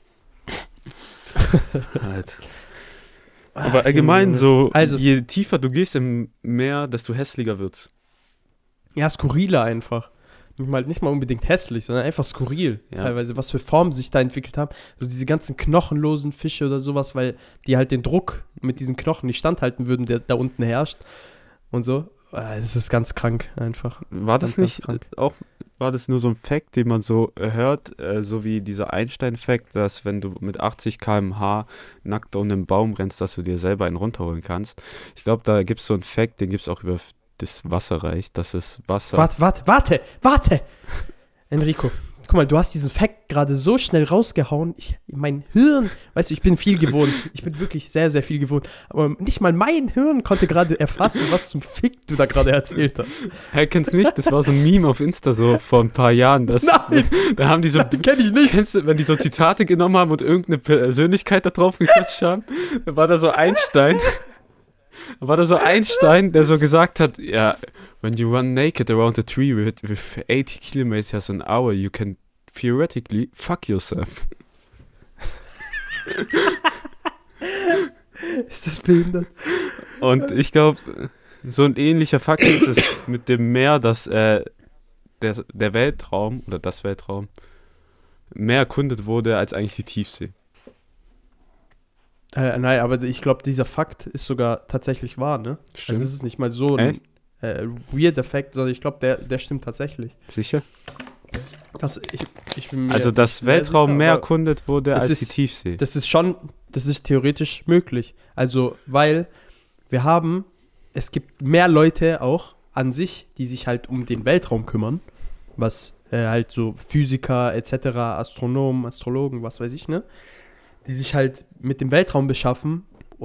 Halt. Aber allgemein Junge. so, Also- je tiefer du gehst im Meer, desto hässlicher wird's. Ja, skurriler einfach. Nicht mal unbedingt hässlich, sondern einfach skurril. Ja. Teilweise, was für Formen sich da entwickelt haben. So diese ganzen knochenlosen Fische oder sowas, weil die halt den Druck mit diesen Knochen nicht standhalten würden, der da unten herrscht. Und so. Das ist ganz krank einfach. War das Ganz, nicht ganz krank. auch, war das nur so ein Fact, den man so hört, so wie dieser Einstein-Fact, dass wenn du mit 80 km/h nackt um einen Baum rennst, dass du dir selber einen runterholen kannst? Ich glaube, da gibt es so einen Fact, den gibt es auch über das Wasser reicht, dass es Wasser... Warte! Enrico, guck mal, du hast diesen Fact gerade so schnell rausgehauen. Mein Hirn, weißt du, ich bin viel gewohnt. Ich bin wirklich sehr, sehr viel gewohnt. Aber nicht mal mein Hirn konnte gerade erfassen, was zum Fick du da gerade erzählt hast. Hä, kennst du nicht? Das war so ein Meme auf Insta so vor ein paar Jahren. Nein! Da haben die so... Den kenn ich nicht. Kennst du, wenn die so Zitate genommen haben und irgendeine Persönlichkeit da drauf geklatscht haben? Da war da so Einstein... der so gesagt hat, ja, when you run naked around a tree with 80 kilometers an hour, you can theoretically fuck yourself. Ist das behindert? Und ich glaube, so ein ähnlicher Fakt ist es mit dem Meer, dass der Weltraum oder das Weltraum mehr erkundet wurde als eigentlich die Tiefsee. Nein, aber ich glaube, dieser Fakt ist sogar tatsächlich wahr, ne? Stimmt. Also es ist nicht mal so ein weirder Fakt, sondern ich glaube, der stimmt tatsächlich. Sicher? Ich bin mir Also, dass Weltraum sicher, mehr aber erkundet wurde das als ist- die Tiefsee. das ist theoretisch möglich. Also, weil es gibt mehr Leute auch an sich, die sich halt um den Weltraum kümmern, was halt so Physiker etc., Astronomen, Astrologen, was weiß ich, ne? Die sich halt mit dem Weltraum befassen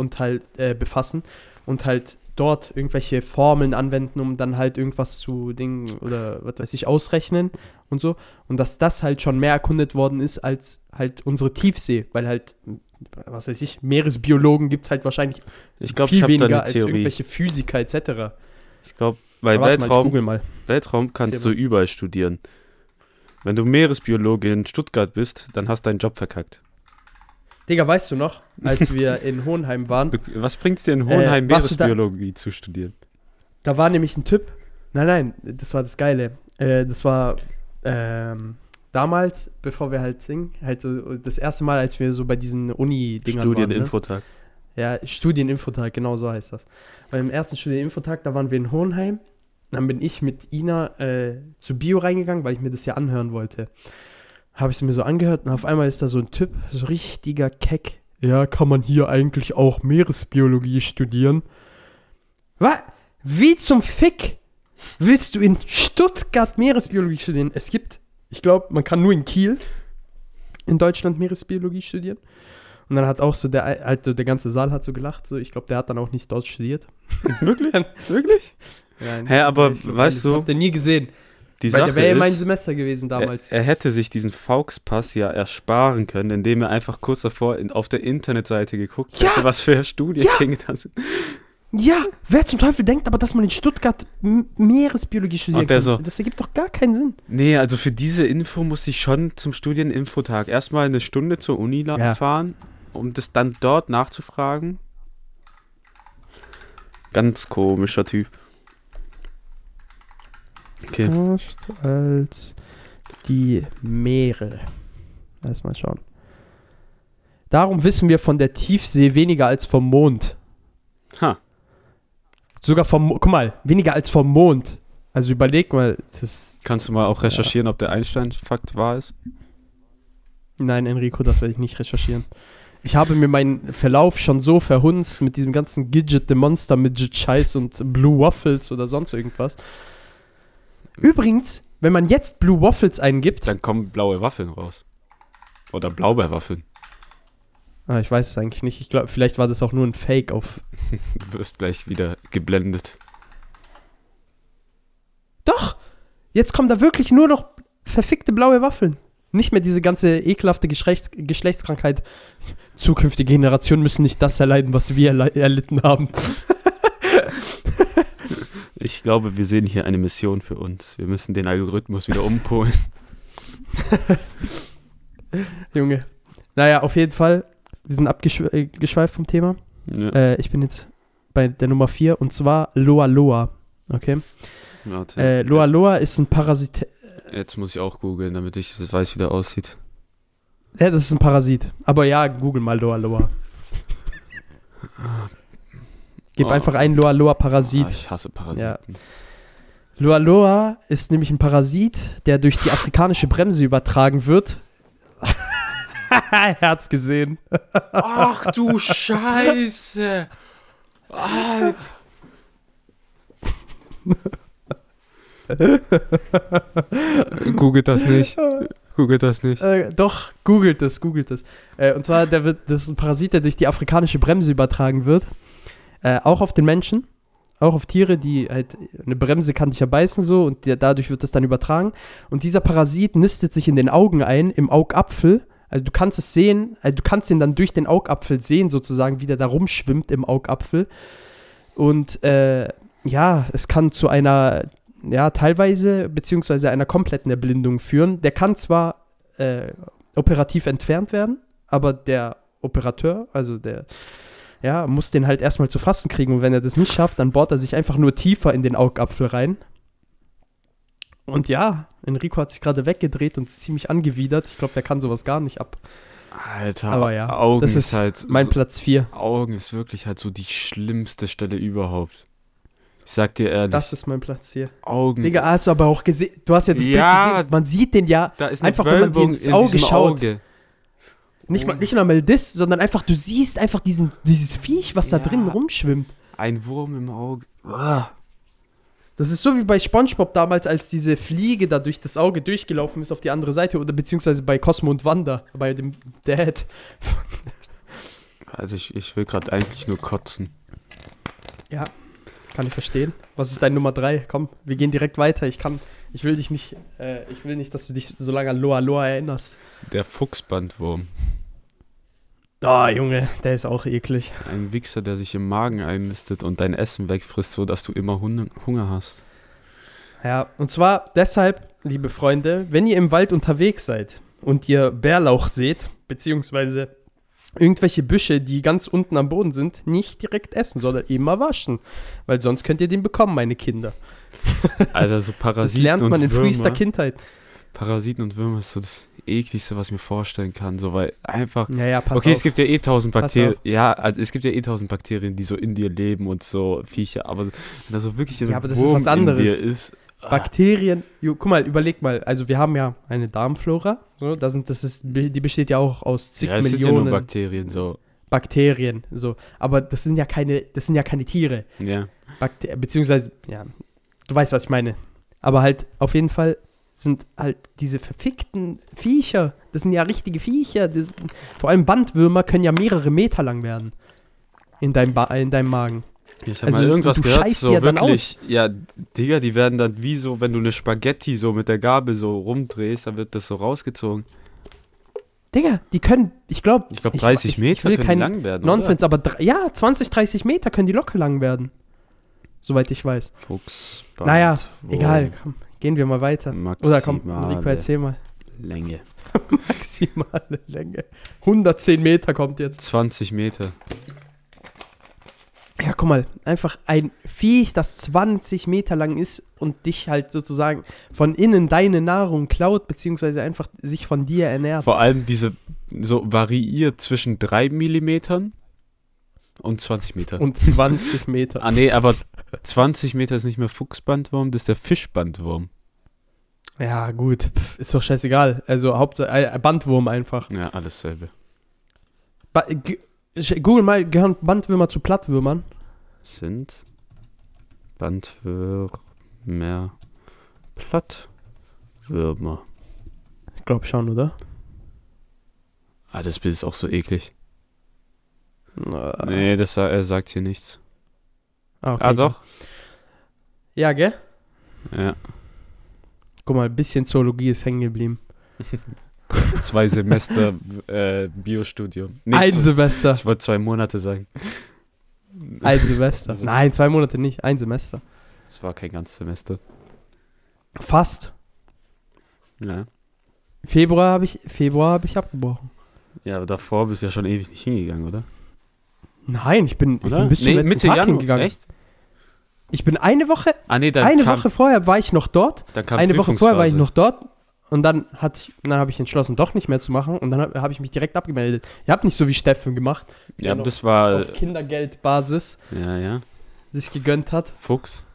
und halt dort irgendwelche Formeln anwenden, um dann halt irgendwas zu Dingen oder was weiß ich ausrechnen und so. Und dass das halt schon mehr erkundet worden ist als halt unsere Tiefsee, weil halt, was weiß ich, Meeresbiologen gibt es halt wahrscheinlich Ich glaube, viel ich habe da weniger eine als Theorie. irgendwelche Physiker etc. Ich glaube, weil Aber warte mal, ich Weltraum, google mal. Weltraum kannst Erzähl du überall studieren. Wenn du Meeresbiologe in Stuttgart bist, dann hast du deinen Job verkackt. Digga, weißt du noch, als wir in Hohenheim waren, Was bringt's dir in Hohenheim, warst du da- Meeresbiologie zu studieren? da war nämlich ein Typ, nein, das war das Geile, das war damals, bevor wir halt so das erste Mal, als wir so bei diesen Uni-Dingern waren. Studieninfotag. Ne? Ja, Studieninfotag, genau so heißt das. Beim ersten Studieninfotag, da waren wir in Hohenheim, dann bin ich mit Ina zu Bio reingegangen, weil ich mir das ja anhören wollte. Habe ich es mir so angehört und auf einmal ist da so ein Typ, so richtiger Keck. Ja, kann man hier eigentlich auch Meeresbiologie studieren? Was? Wie zum Fick willst du in Stuttgart Meeresbiologie studieren? Es gibt, ich glaube, man kann nur in Kiel in Deutschland Meeresbiologie studieren. Und dann hat auch so der ganze Saal hat so gelacht. So, ich glaube, der hat dann auch nicht dort studiert. Wirklich? Wirklich? Nein, Hä, aber ich glaub, weißt das du, habt ihr nie gesehen. die Weil der Sache wäre ja mein ist, Semester gewesen damals. er hätte sich diesen Fauxpass ja ersparen können, indem er einfach kurz davor auf der Internetseite geguckt Ja! hätte, was für Studiengänge das sind. Ja, wer zum Teufel denkt aber, dass man in Stuttgart Meeresbiologie studieren Und der kann? so- Das ergibt doch gar keinen Sinn. Nee, also für diese Info musste ich schon zum Studieninfotag erstmal eine Stunde zur Uni Ja. fahren, um das dann dort nachzufragen. Ganz komischer Typ. Okay. Erst als die Meere. Erstmal schauen. Darum wissen wir von der Tiefsee weniger als vom Mond. Ha. Sogar guck mal, weniger als vom Mond. Also überleg mal, Kannst du mal auch recherchieren, ob der Einstein-Fakt wahr ist? Nein, Enrico, das werde ich nicht recherchieren. Ich habe mir meinen Verlauf schon so verhunzt mit diesem ganzen Gidget the Monster Midget Scheiß und Blue Waffles oder sonst irgendwas. Übrigens, wenn man jetzt Blue Waffles eingibt, Dann kommen blaue Waffeln raus. Oder Blaubeerwaffeln. ich weiß es eigentlich nicht. Ich glaube, vielleicht war das auch nur ein Fake auf. Du wirst gleich wieder geblendet. Doch! Jetzt kommen da wirklich nur noch verfickte blaue Waffeln. Nicht mehr diese ganze ekelhafte Geschlechtskrankheit. Zukünftige Generationen müssen nicht das erleiden, was wir erlitten haben. Ich glaube, wir sehen hier eine Mission für uns. Wir müssen den Algorithmus wieder umpolen. Junge. Naja, auf jeden Fall. Wir sind abgeschweift vom Thema. Ja, Ich bin jetzt bei der Nummer 4 und zwar Loa Loa. Okay? warte. Loa Loa ist ein Parasit. Jetzt muss ich auch googeln, damit ich weiß, wie der aussieht. Ja, das ist ein Parasit. Aber ja, google mal Loa Loa. Gib einfach ein Loa Loa Parasit. Ich hasse Parasiten. Loa Loa ist nämlich ein Parasit, der durch die afrikanische Bremse übertragen wird. Er hat's gesehen. Ach du Scheiße! Alter! Googelt das nicht. Googelt das nicht. Doch, googelt das. Und zwar, das ist ein Parasit, der durch die afrikanische Bremse übertragen wird. Auch auf den Menschen, auch auf Tiere, die halt, eine Bremse kann dich ja beißen so und dadurch wird das dann übertragen. Und dieser Parasit nistet sich in den Augen ein, im Augapfel. Also du kannst es sehen, also du kannst ihn dann durch den Augapfel sehen sozusagen, wie der da rumschwimmt im Augapfel. Und es kann zu einer, teilweise, beziehungsweise einer kompletten Erblindung führen. Der kann zwar operativ entfernt werden, aber der Operateur, also der, muss den halt erstmal zu fassen kriegen. Und wenn er das nicht schafft, dann bohrt er sich einfach nur tiefer in den Augapfel rein. Und Enrico hat sich gerade weggedreht und ist ziemlich angewidert. Ich glaube, der kann sowas gar nicht ab. Alter, aber Augen das ist halt mein so, Platz 4. Augen ist wirklich halt so die schlimmste Stelle überhaupt. Ich sag dir ehrlich. Das ist mein Platz 4. Augen. Digga, hast du aber auch gesehen, du hast ja das Bild gesehen, man sieht den ja da ist eine einfach, wenn man dir Wölbung ins in Auge diesem schaut. Auge. Nicht nur das, sondern einfach, du siehst einfach dieses Viech, was da drin rumschwimmt. Ein Wurm im Auge. Uah. Das ist so wie bei SpongeBob damals, als diese Fliege da durch das Auge durchgelaufen ist auf die andere Seite oder beziehungsweise bei Cosmo und Wanda, bei dem Dad. Also ich will gerade eigentlich nur kotzen. Ja, kann ich verstehen. Was ist dein Nummer 3? Komm, wir gehen direkt weiter. Ich will nicht, dass du dich so lange an Loa Loa erinnerst. Der Fuchsbandwurm. Junge, der ist auch eklig. Ein Wichser, der sich im Magen einnistet und dein Essen wegfrisst, sodass du immer Hunger hast. Ja, und zwar deshalb, liebe Freunde, wenn ihr im Wald unterwegs seid und ihr Bärlauch seht, beziehungsweise irgendwelche Büsche, die ganz unten am Boden sind, nicht direkt essen, sondern immer waschen. Weil sonst könnt ihr den bekommen, meine Kinder. Also so Parasiten das lernt man in Würmer. frühester Kindheit. Parasiten und Würmer ist so das ekligste, was ich mir vorstellen kann, so, weil einfach, pass okay, auf. es gibt ja 1000 Bakterien, es gibt ja 1000 Bakterien, die so in dir leben und so Viecher, aber wenn da so wirklich ein aber das Wurm ist was anderes. in dir ist, Bakterien, guck mal, überleg mal, also wir haben ja eine Darmflora, so, die besteht ja auch aus zig es sind ja Millionen nur Bakterien, so. Bakterien, so, aber das sind ja keine Tiere, Ja. Beziehungsweise, du weißt, was ich meine, aber halt auf jeden Fall sind halt diese verfickten Viecher, das sind ja richtige Viecher, vor allem Bandwürmer können ja mehrere Meter lang werden in deinem Magen. Ich habe mal irgendwas du gehört, scheißt so ja dann wirklich, Digga, die werden dann wie so, wenn du eine Spaghetti so mit der Gabel so rumdrehst, dann wird das so rausgezogen. Digga, die können, ich glaube 30 Meter will können kein die lang werden, Nonsens, aber 20, 30 Meter können die locker lang werden. Soweit ich weiß. Fuchs, Naja, egal, komm, gehen wir mal weiter. Oder komm, Maximale Enrico, erzähl mal. Länge. Maximale Länge. 110 Meter kommt jetzt. 20 Meter. Ja, guck mal, einfach ein Viech, das 20 Meter lang ist und dich halt sozusagen von innen deine Nahrung klaut, beziehungsweise einfach sich von dir ernährt. Vor allem diese so variiert zwischen 3 Millimetern und 20 Meter. Und 20 Meter. Nee, aber 20 Meter ist nicht mehr Fuchsbandwurm, das ist der Fischbandwurm. Ja, gut, ist doch scheißegal. Also Hauptsache Bandwurm einfach. Ja, alles selbe. Google mal, gehören Bandwürmer zu Plattwürmern? Sind Bandwürmer Plattwürmer? Ich glaube schon, oder? Das Bild ist auch so eklig. Nee, er sagt hier nichts. Okay. Doch. Ja, gell? Ja. Guck mal, ein bisschen Zoologie ist hängen geblieben. 2 Semester Biostudium. Ein Semester. Ich wollte 2 Monate sagen. Ein Semester. Also, Nein, 2 Monate nicht, ein Semester. Es war kein ganzes Semester. Fast. Ja. Februar habe ich abgebrochen. Ja, aber davor bist du ja schon ewig nicht hingegangen, oder? Nein, ich bin bis zum letzten Mitte Tag Januar, hingegangen. Echt? Ich bin eine Woche vorher war ich noch dort. Eine Woche vorher war ich noch dort. Und dann habe ich entschlossen, doch nicht mehr zu machen. Und dann habe ich mich direkt abgemeldet. Ihr habt nicht so wie Steffen gemacht. Ja, aber das war auf Kindergeldbasis ja. sich gegönnt hat. Fuchs.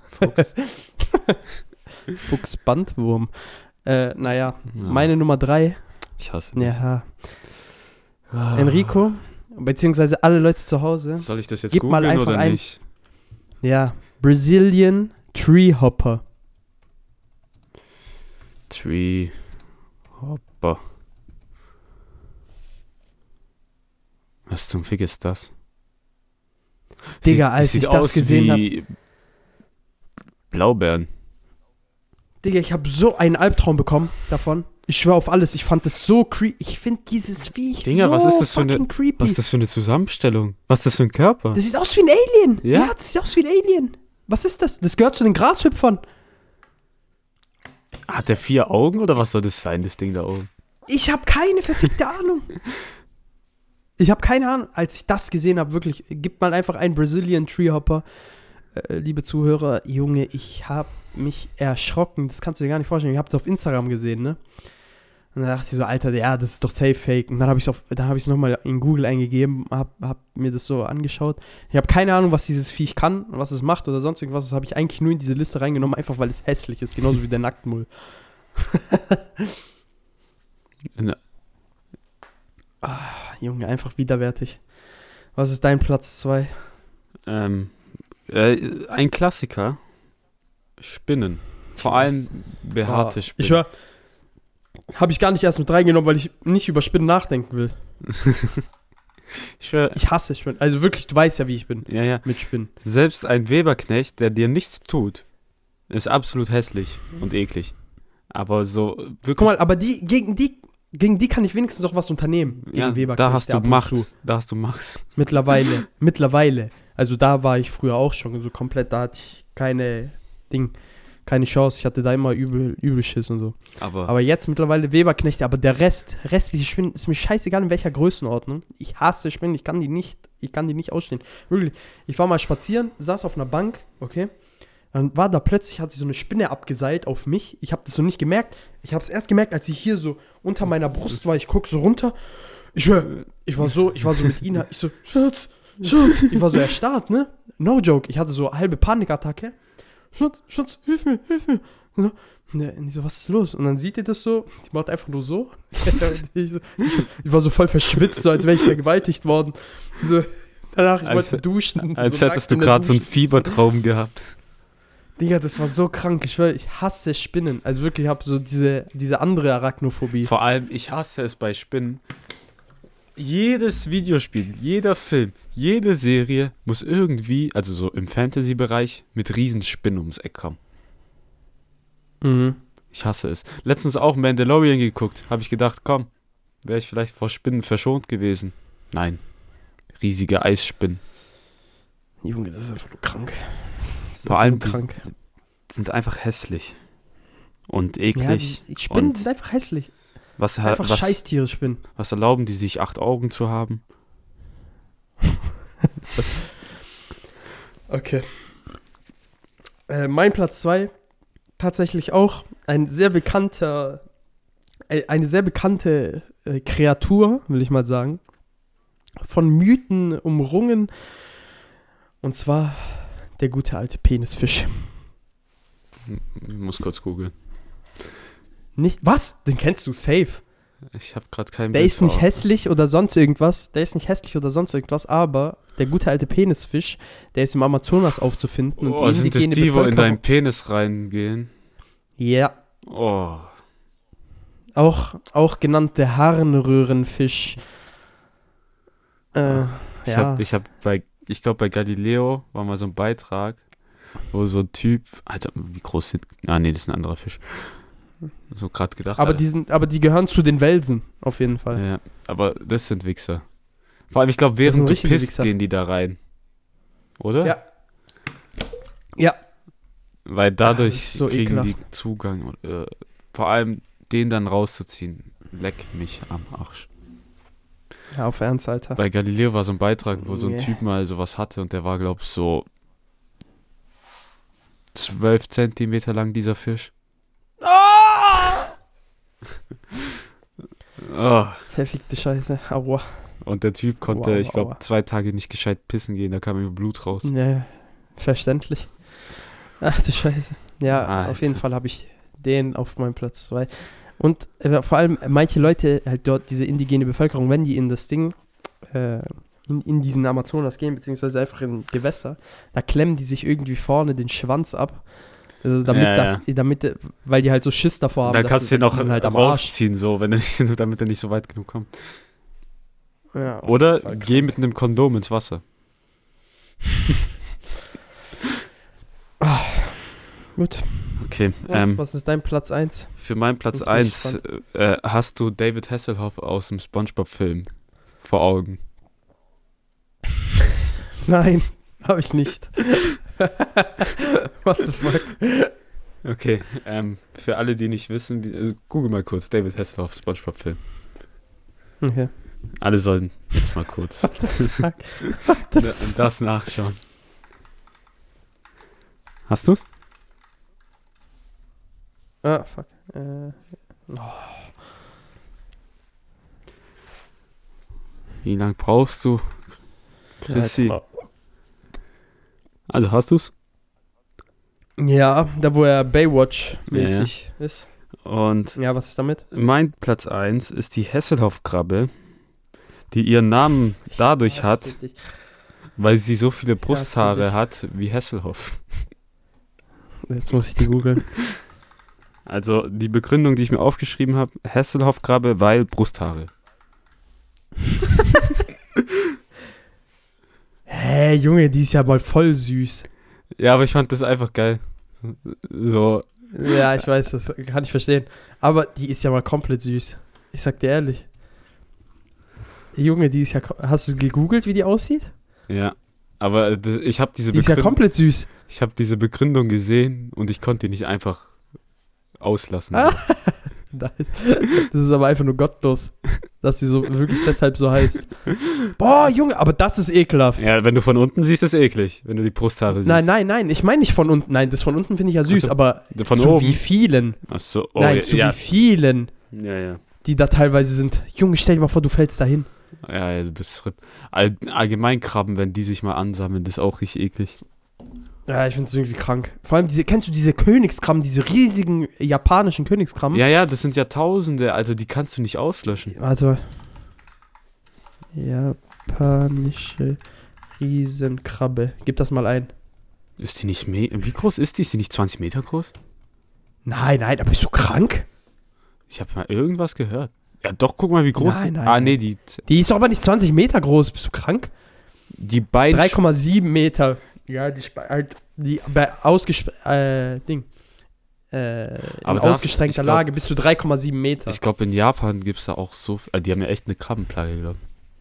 Fuchsbandwurm. Meine Nummer 3. Ich hasse dich. Ja. Enrico, beziehungsweise alle Leute zu Hause. Soll ich das jetzt gib mal googeln einfach oder nicht? Ja, Brazilian Treehopper. Treehopper. Was zum Fick ist das? Digga, als sieht ich das aus gesehen habe. wie Blaubeeren. Digga, ich habe so einen Albtraum bekommen davon. Ich schwöre auf alles, ich fand das so creepy. Ich finde dieses Viech Digga, so was ist das für fucking eine, creepy. was ist das für eine Zusammenstellung? Was ist das für ein Körper? Das sieht aus wie ein Alien. Ja? Ja, das sieht aus wie ein Alien. Was ist das? Das gehört zu den Grashüpfern. Hat der 4 Augen oder was soll das sein, das Ding da oben? Ich habe keine verfickte Ahnung. Ich habe keine Ahnung. Als ich das gesehen habe, wirklich, gibt mal einfach einen Brazilian Treehopper. Liebe Zuhörer, Junge, ich habe mich erschrocken. Das kannst du dir gar nicht vorstellen. Ich habe es auf Instagram gesehen, ne? Und dann dachte ich so, Alter, ja, das ist doch safe fake. Und dann habe ich es nochmal in Google eingegeben, hab mir das so angeschaut. Ich habe keine Ahnung, was dieses Viech kann, was es macht oder sonst irgendwas. Das habe ich eigentlich nur in diese Liste reingenommen, einfach weil es hässlich ist. Genauso wie der Nacktmull. Junge, einfach widerwärtig. Was ist dein Platz 2? Ein Klassiker. Spinnen. Vor allem behaarte Spinnen. Ich höre, habe ich gar nicht erst mit reingenommen, weil ich nicht über Spinnen nachdenken will. Ich hasse Spinnen. Also wirklich, du weißt ja, wie ich bin. Ja. Mit Spinnen. Selbst ein Weberknecht, der dir nichts tut, ist absolut hässlich und eklig. Aber so wirklich. Guck mal, aber gegen die kann ich wenigstens noch was unternehmen. Ja, Weberknecht, da hast du Macht. zu. Da hast du Macht. Mittlerweile. Also da war ich früher auch schon so komplett, da hatte ich keine Chance. Ich hatte da immer übel Schiss und so. Aber jetzt mittlerweile Weberknechte, aber der restliche Spinnen ist mir scheißegal in welcher Größenordnung. Ich hasse Spinnen, ich kann die nicht ausstehen. Wirklich, ich war mal spazieren, saß auf einer Bank, okay? Dann war da plötzlich, hat sich so eine Spinne abgeseilt auf mich. Ich habe das so nicht gemerkt. Ich habe es erst gemerkt, als ich hier so unter meiner Brust war. Ich gucke so runter. Ich war so mit Ina. Ich so, Schatz. Ich war so erstarrt, ne? No joke. Ich hatte so eine halbe Panikattacke. Schatz, hilf mir. Und ich so, was ist los? Und dann sieht ihr das so. Die macht einfach nur so. Ich war so voll verschwitzt, so als wäre ich vergewaltigt worden. So, danach, ich wollte duschen. Als so hättest du gerade so einen Fiebertraum gehabt. Digga, das war so krank. Ich schwöre, ich hasse Spinnen. Also wirklich, ich habe so diese andere Arachnophobie. Vor allem, ich hasse es bei Spinnen. Jedes Videospiel, jeder Film, jede Serie muss irgendwie, also so im Fantasy-Bereich, mit Riesenspinnen ums Eck kommen. Mhm. Ich hasse es. Letztens auch Mandalorian geguckt. Habe ich gedacht, komm, wäre ich vielleicht vor Spinnen verschont gewesen. Nein. Riesige Eisspinnen. Junge, das ist einfach nur krank. Vor allem, die sind einfach hässlich. Und eklig. Ja, die Spinnen sind einfach hässlich. Einfach Scheißtiere, Spinnen. Was erlauben die sich, 8 Augen zu haben? Okay. Mein Platz 2, tatsächlich auch eine sehr bekannte Kreatur, will ich mal sagen. Von Mythen umrungen. Und zwar der gute alte Penisfisch. Ich muss kurz googeln. Nicht, was? Den kennst du safe. Ich habe gerade keinen Der ist nicht hässlich oder sonst irgendwas. Aber der gute alte Penisfisch, der ist im Amazonas aufzufinden. Oh, sind das die, wo in deinen Penis reingehen? Ja. Oh. Auch genannt der Harnröhrenfisch. Ich glaube, bei Galileo war mal so ein Beitrag, wo so ein Typ, Alter, wie groß sind, das ist ein anderer Fisch. So gerade gedacht. Aber die gehören zu den Welsen, auf jeden Fall. Ja, aber das sind Wichser. Vor allem, ich glaube, während du pisst, Wichser. Gehen die da rein. Oder? Ja. Ja. Weil dadurch so kriegen ekelhaft. die Zugang. Vor allem, den dann rauszuziehen. Leck mich am Arsch. Ja, auf Ernst, Alter. Bei Galileo war so ein Beitrag, wo so ein Typ mal sowas hatte und der war, glaube ich, so 12 Zentimeter lang, dieser Fisch. Oh. Verfickte Scheiße. Aua. Und der Typ konnte, ich glaube, 2 Tage nicht gescheit pissen gehen, da kam immer Blut raus. Ja, verständlich. Ach du Scheiße. Ja, Alter. Auf jeden Fall habe ich den auf meinem Platz 2. Und vor allem manche Leute, halt dort, diese indigene Bevölkerung, wenn die in das Ding in diesen Amazonas gehen, beziehungsweise einfach in Gewässer, da klemmen die sich irgendwie vorne den Schwanz ab. Also damit, weil die halt so Schiss davor haben. Da kannst du den auch halt rausziehen, so, wenn damit er nicht so weit genug kommt. Ja, oder geh mit einem Kondom ins Wasser. Gut. Okay. Was ist dein Platz 1? Für meinen Platz 1 hast du David Hasselhoff aus dem SpongeBob-Film vor Augen. Nein, habe ich nicht. What the fuck? Okay, für alle, die nicht wissen, google mal kurz David Hasselhoff SpongeBob-Film. Okay. Alle sollen jetzt mal kurz What the fuck? das nachschauen. Hast du's? Ah, fuck. Wie lange brauchst du, Chrissy? Also, hast du's? Ja, da wo er Baywatch-mäßig ist. Und ja, was ist damit? Mein Platz 1 ist die Hasselhoff-Krabbe, die ihren Namen dadurch hat, weil sie so viele Brusthaare hat wie Hasselhoff. Jetzt muss ich die googeln. Also die Begründung, die ich mir aufgeschrieben habe, Hasselhoff-Krabbe, weil Brusthaare. Hä, Junge, die ist ja mal voll süß. Ja, aber ich fand das einfach geil. So. Ja, ich weiß, das kann ich verstehen. Aber die ist ja mal komplett süß. Ich sag dir ehrlich. Junge, die ist ja... Hast du gegoogelt, wie die aussieht? Ja, aber ich habe diese Die ist ja komplett süß. Ich habe diese Begründung gesehen und ich konnte die nicht einfach auslassen. So. Nice. Das ist aber einfach nur gottlos, dass die so wirklich deshalb so heißt. Boah, Junge, aber das ist ekelhaft. Ja, wenn du von unten siehst, ist es eklig, wenn du die Brusthaare siehst. Nein, ich meine nicht von unten. Nein, das von unten finde ich ja süß, also, aber von zu oben. wie vielen. Ach so, Wie vielen, ja. die da teilweise sind. Junge, stell dir mal vor, du fällst dahin. Ja, du bist allgemein Krabben, wenn die sich mal ansammeln, das ist auch richtig eklig. Ja, ich finde es irgendwie krank. Vor allem kennst du diese Königskrabben, diese riesigen japanischen Königskrabben? Ja, das sind ja Tausende, also die kannst du nicht auslöschen. Warte mal. Japanische Riesenkrabbe. Gib das mal ein. Ist die nicht wie groß ist die? Ist die nicht 20 Meter groß? Nein, aber bist du krank? Ich habe mal irgendwas gehört. Ja, doch, guck mal, wie groß die ist. Nein. Die ist doch aber nicht 20 Meter groß. Bist du krank? Die Beine... 3,7 Meter. Ja, ausgestrengter Lage bis zu 3,7 Meter. Ich glaube, in Japan gibt es da auch so... die haben ja echt eine Krabbenplage, glaube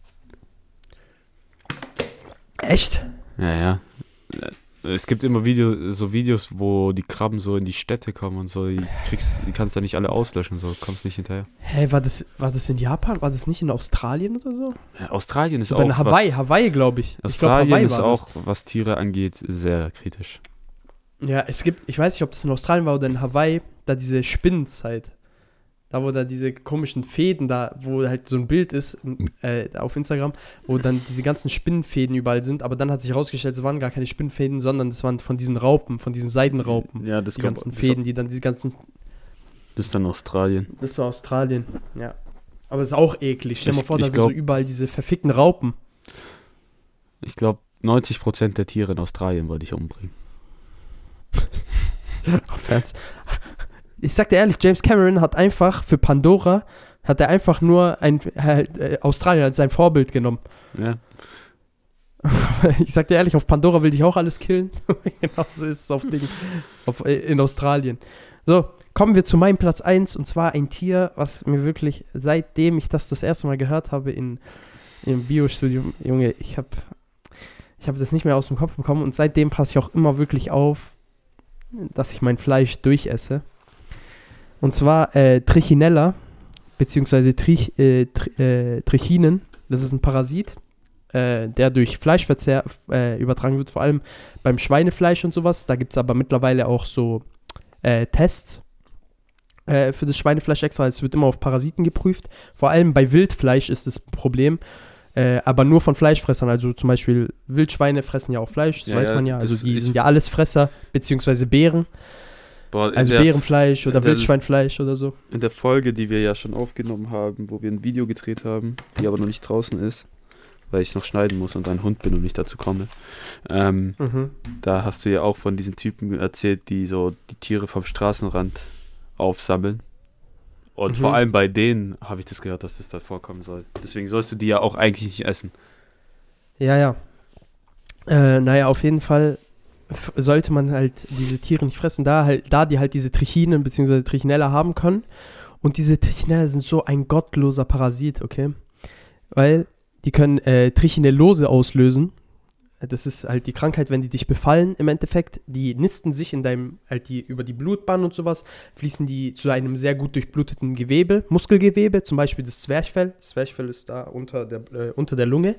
ich. Echt? Ja. Es gibt immer Videos, wo die Krabben so in die Städte kommen und so. Die kannst da nicht alle auslöschen, so kommst nicht hinterher. Hä, war das in Japan? War das nicht in Australien oder so? Ja, Australien ist oder auch Hawaii, glaube ich. Australien ist auch, was Tiere angeht, sehr kritisch. Ja, ich weiß nicht, ob das in Australien war oder in Hawaii, da diese Spinnenzeit. Da, wo da diese komischen Fäden da, wo halt so ein Bild ist auf Instagram, wo dann diese ganzen Spinnenfäden überall sind, aber dann hat sich herausgestellt, es waren gar keine Spinnenfäden, sondern es waren von diesen Raupen, von diesen Seidenraupen. Ja, das die ganzen Fäden, die dann diese ganzen... Das ist dann Australien. Das ist Australien, ja. Aber es ist auch eklig. Stell dir mal vor, da sind so überall diese verfickten Raupen. Ich glaube, 90% der Tiere in Australien wollte ich umbringen. Ich sag dir ehrlich, James Cameron hat einfach für Pandora, nur Australien als sein Vorbild genommen. Ja. Ich sag dir ehrlich, auf Pandora will dich auch alles killen. Genauso ist es in Australien. So, kommen wir zu meinem Platz 1 und zwar ein Tier, was mir wirklich, seitdem ich das erste Mal gehört habe im Biostudium, Junge, ich hab das nicht mehr aus dem Kopf bekommen und seitdem passe ich auch immer wirklich auf, dass ich mein Fleisch durchesse. Und zwar Trichinella, beziehungsweise Trichinen. Das ist ein Parasit, der durch Fleischverzehr übertragen wird, vor allem beim Schweinefleisch und sowas. Da gibt es aber mittlerweile auch so Tests für das Schweinefleisch extra. Es wird immer auf Parasiten geprüft. Vor allem bei Wildfleisch ist das Problem. Aber nur von Fleischfressern. Also zum Beispiel Wildschweine fressen ja auch Fleisch, das weiß man ja. Also die sind ja alles Fresser, beziehungsweise Bären. Also Bärenfleisch oder Wildschweinfleisch oder so. In der Folge, die wir ja schon aufgenommen haben, wo wir ein Video gedreht haben, die aber noch nicht draußen ist, weil ich noch schneiden muss und ein Hund bin und nicht dazu komme. Da hast du ja auch von diesen Typen erzählt, die so die Tiere vom Straßenrand aufsammeln. Und vor allem bei denen habe ich das gehört, dass das da vorkommen soll. Deswegen sollst du die ja auch eigentlich nicht essen. Ja. Naja, auf jeden Fall sollte man halt diese Tiere nicht fressen, da die halt diese Trichinen bzw. Trichinella haben können. Und diese Trichinella sind so ein gottloser Parasit, okay? Weil die können Trichinellose auslösen. Das ist halt die Krankheit, wenn die dich befallen im Endeffekt. Die nisten sich in deinem, halt über die Blutbahn und sowas, fließen die zu einem sehr gut durchbluteten Gewebe, Muskelgewebe, zum Beispiel das Zwerchfell. Das Zwerchfell ist da unter der Lunge.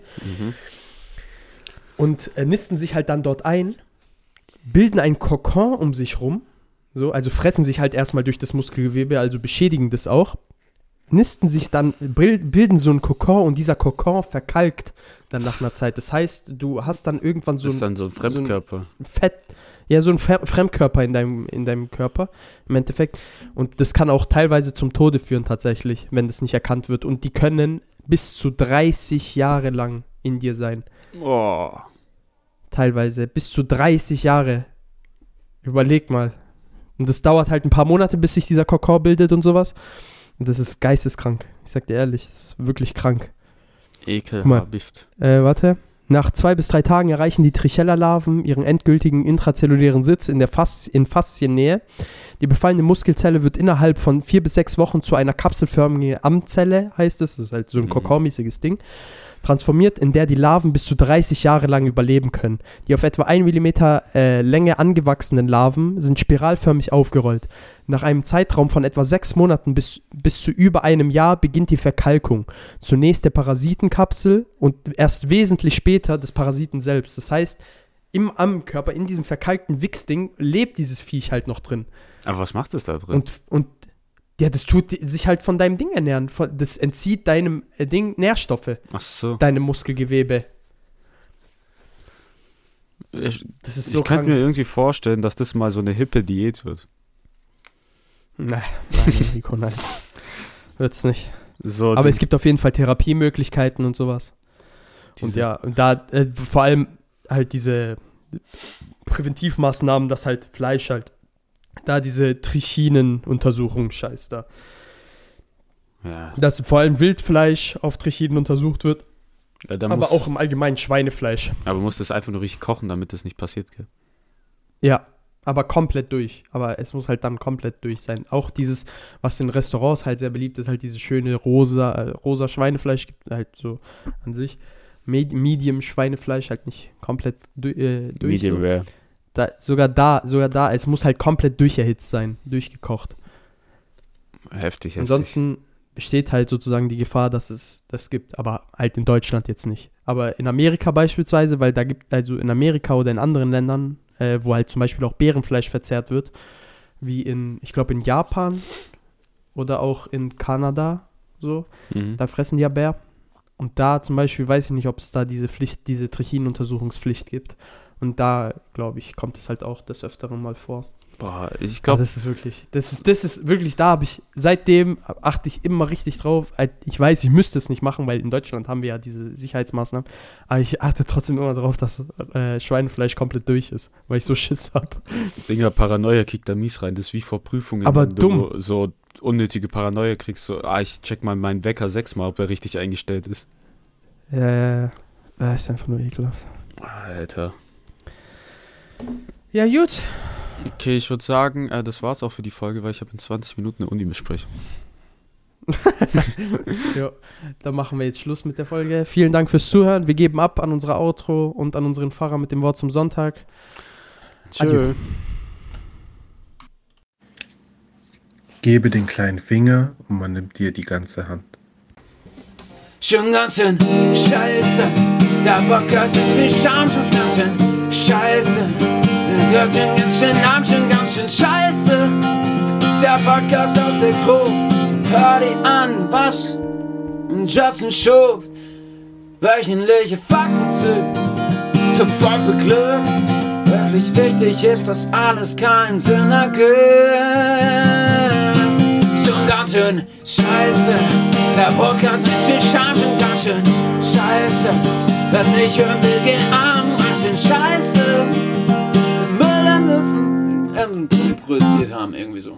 Und nisten sich halt dann dort ein, bilden einen Kokon um sich rum, so, also fressen sich halt erstmal durch das Muskelgewebe, also beschädigen das auch, nisten sich dann, bilden so einen Kokon und dieser Kokon verkalkt dann nach einer Zeit. Das heißt, du hast dann irgendwann so das ist dann so ein Fremdkörper. So ein Fremdkörper in deinem Körper im Endeffekt. Und das kann auch teilweise zum Tode führen tatsächlich, wenn das nicht erkannt wird. Und die können bis zu 30 Jahre lang in dir sein. Oh. Teilweise bis zu 30 Jahre. Überleg mal. Und das dauert halt ein paar Monate, bis sich dieser Kokon bildet und sowas. Und das ist geisteskrank. Ich sag dir ehrlich, das ist wirklich krank. Ekelhaft. Warte. Nach 2 bis 3 Tagen erreichen die Trichinella-Larven ihren endgültigen intrazellulären Sitz in Fasziennähe. Die befallene Muskelzelle wird innerhalb von 4 bis 6 Wochen zu einer kapselförmigen Amzelle, heißt es. Das ist halt so ein Kokon-mäßiges Ding. Transformiert, in der die Larven bis zu 30 Jahre lang überleben können. Die auf etwa 1 Millimeter Länge angewachsenen Larven sind spiralförmig aufgerollt. Nach einem Zeitraum von etwa 6 Monaten bis zu über einem Jahr beginnt die Verkalkung. Zunächst der Parasitenkapsel und erst wesentlich später des Parasiten selbst. Das heißt, am Körper, in diesem verkalkten Wichsding, lebt dieses Viech halt noch drin. Aber was macht es da drin? Und ja, das tut sich halt von deinem Ding ernähren. Das entzieht deinem Ding Nährstoffe. Ach so. Deinem Muskelgewebe. Ich könnte mir irgendwie vorstellen, dass das mal so eine hippe Diät wird. Nein, Nico, nein. Wird's nicht. So, aber es gibt auf jeden Fall Therapiemöglichkeiten und sowas. Und da vor allem halt diese Präventivmaßnahmen, dass halt Fleisch halt da diese Trichinen-Untersuchung, scheiß da. Ja. Dass vor allem Wildfleisch auf Trichinen untersucht wird, aber auch im Allgemeinen Schweinefleisch. Aber du musst es einfach nur richtig kochen, damit das nicht passiert, gell? Ja, aber komplett durch. Aber es muss halt dann komplett durch sein. Auch dieses, was in Restaurants halt sehr beliebt ist, halt dieses schöne rosa Schweinefleisch gibt halt so an sich. Medium Schweinefleisch halt nicht komplett durch. Medium so. rare. Sogar da, es muss halt komplett durcherhitzt sein, durchgekocht. Heftig. Ansonsten besteht halt sozusagen die Gefahr, dass es das gibt, aber halt in Deutschland jetzt nicht. Aber in Amerika beispielsweise, weil da gibt, also in Amerika oder in anderen Ländern, wo halt zum Beispiel auch Bärenfleisch verzehrt wird, wie ich glaube in Japan oder auch in Kanada, so, da fressen die ja Bär. Und da zum Beispiel weiß ich nicht, ob es da diese Trichinenuntersuchungspflicht gibt. Und da, glaube ich, kommt es halt auch des Öfteren mal vor. Boah, ich glaube... Das ist wirklich, da habe ich, seitdem achte ich immer richtig drauf. Ich weiß, ich müsste es nicht machen, weil in Deutschland haben wir ja diese Sicherheitsmaßnahmen. Aber ich achte trotzdem immer darauf, dass Schweinefleisch komplett durch ist, weil ich so Schiss habe. Dinger, Paranoia kickt da mies rein. Das ist wie vor Prüfungen. Aber wenn dumm. Du so unnötige Paranoia kriegst, so, ich check mal meinen Wecker 6-mal, ob er richtig eingestellt ist. Ja. Das ist einfach nur ekelhaft. Alter. Ja, gut. Okay, ich würde sagen, das war's auch für die Folge, weil ich habe in 20 Minuten eine Uni-Besprechung. Ja, dann machen wir jetzt Schluss mit der Folge. Vielen Dank fürs Zuhören. Wir geben ab an unser Outro und an unseren Pfarrer mit dem Wort zum Sonntag. Tschö. Adieu. Gebe den kleinen Finger und man nimmt dir die ganze Hand. Schon ganz schön scheiße, der Bock hat mit viel Scham schon ganz schön scheiße. Der hört schon ganz schön Namen, schon ganz schön scheiße. Der Podcast aus der Gruppe, hör die an, was Justin schuf. Wöchentliche Faktenzüge, zu voll für Glück. Wirklich wichtig ist, dass alles keinen Sinn ergibt. Schon ganz schön scheiße, der Podcast mit viel Scham, schon ganz schön scheiße. Scheiße, das nicht hören will, geh arm, schön Scheiße, Müll nutzen, Ton produziert haben, irgendwie so.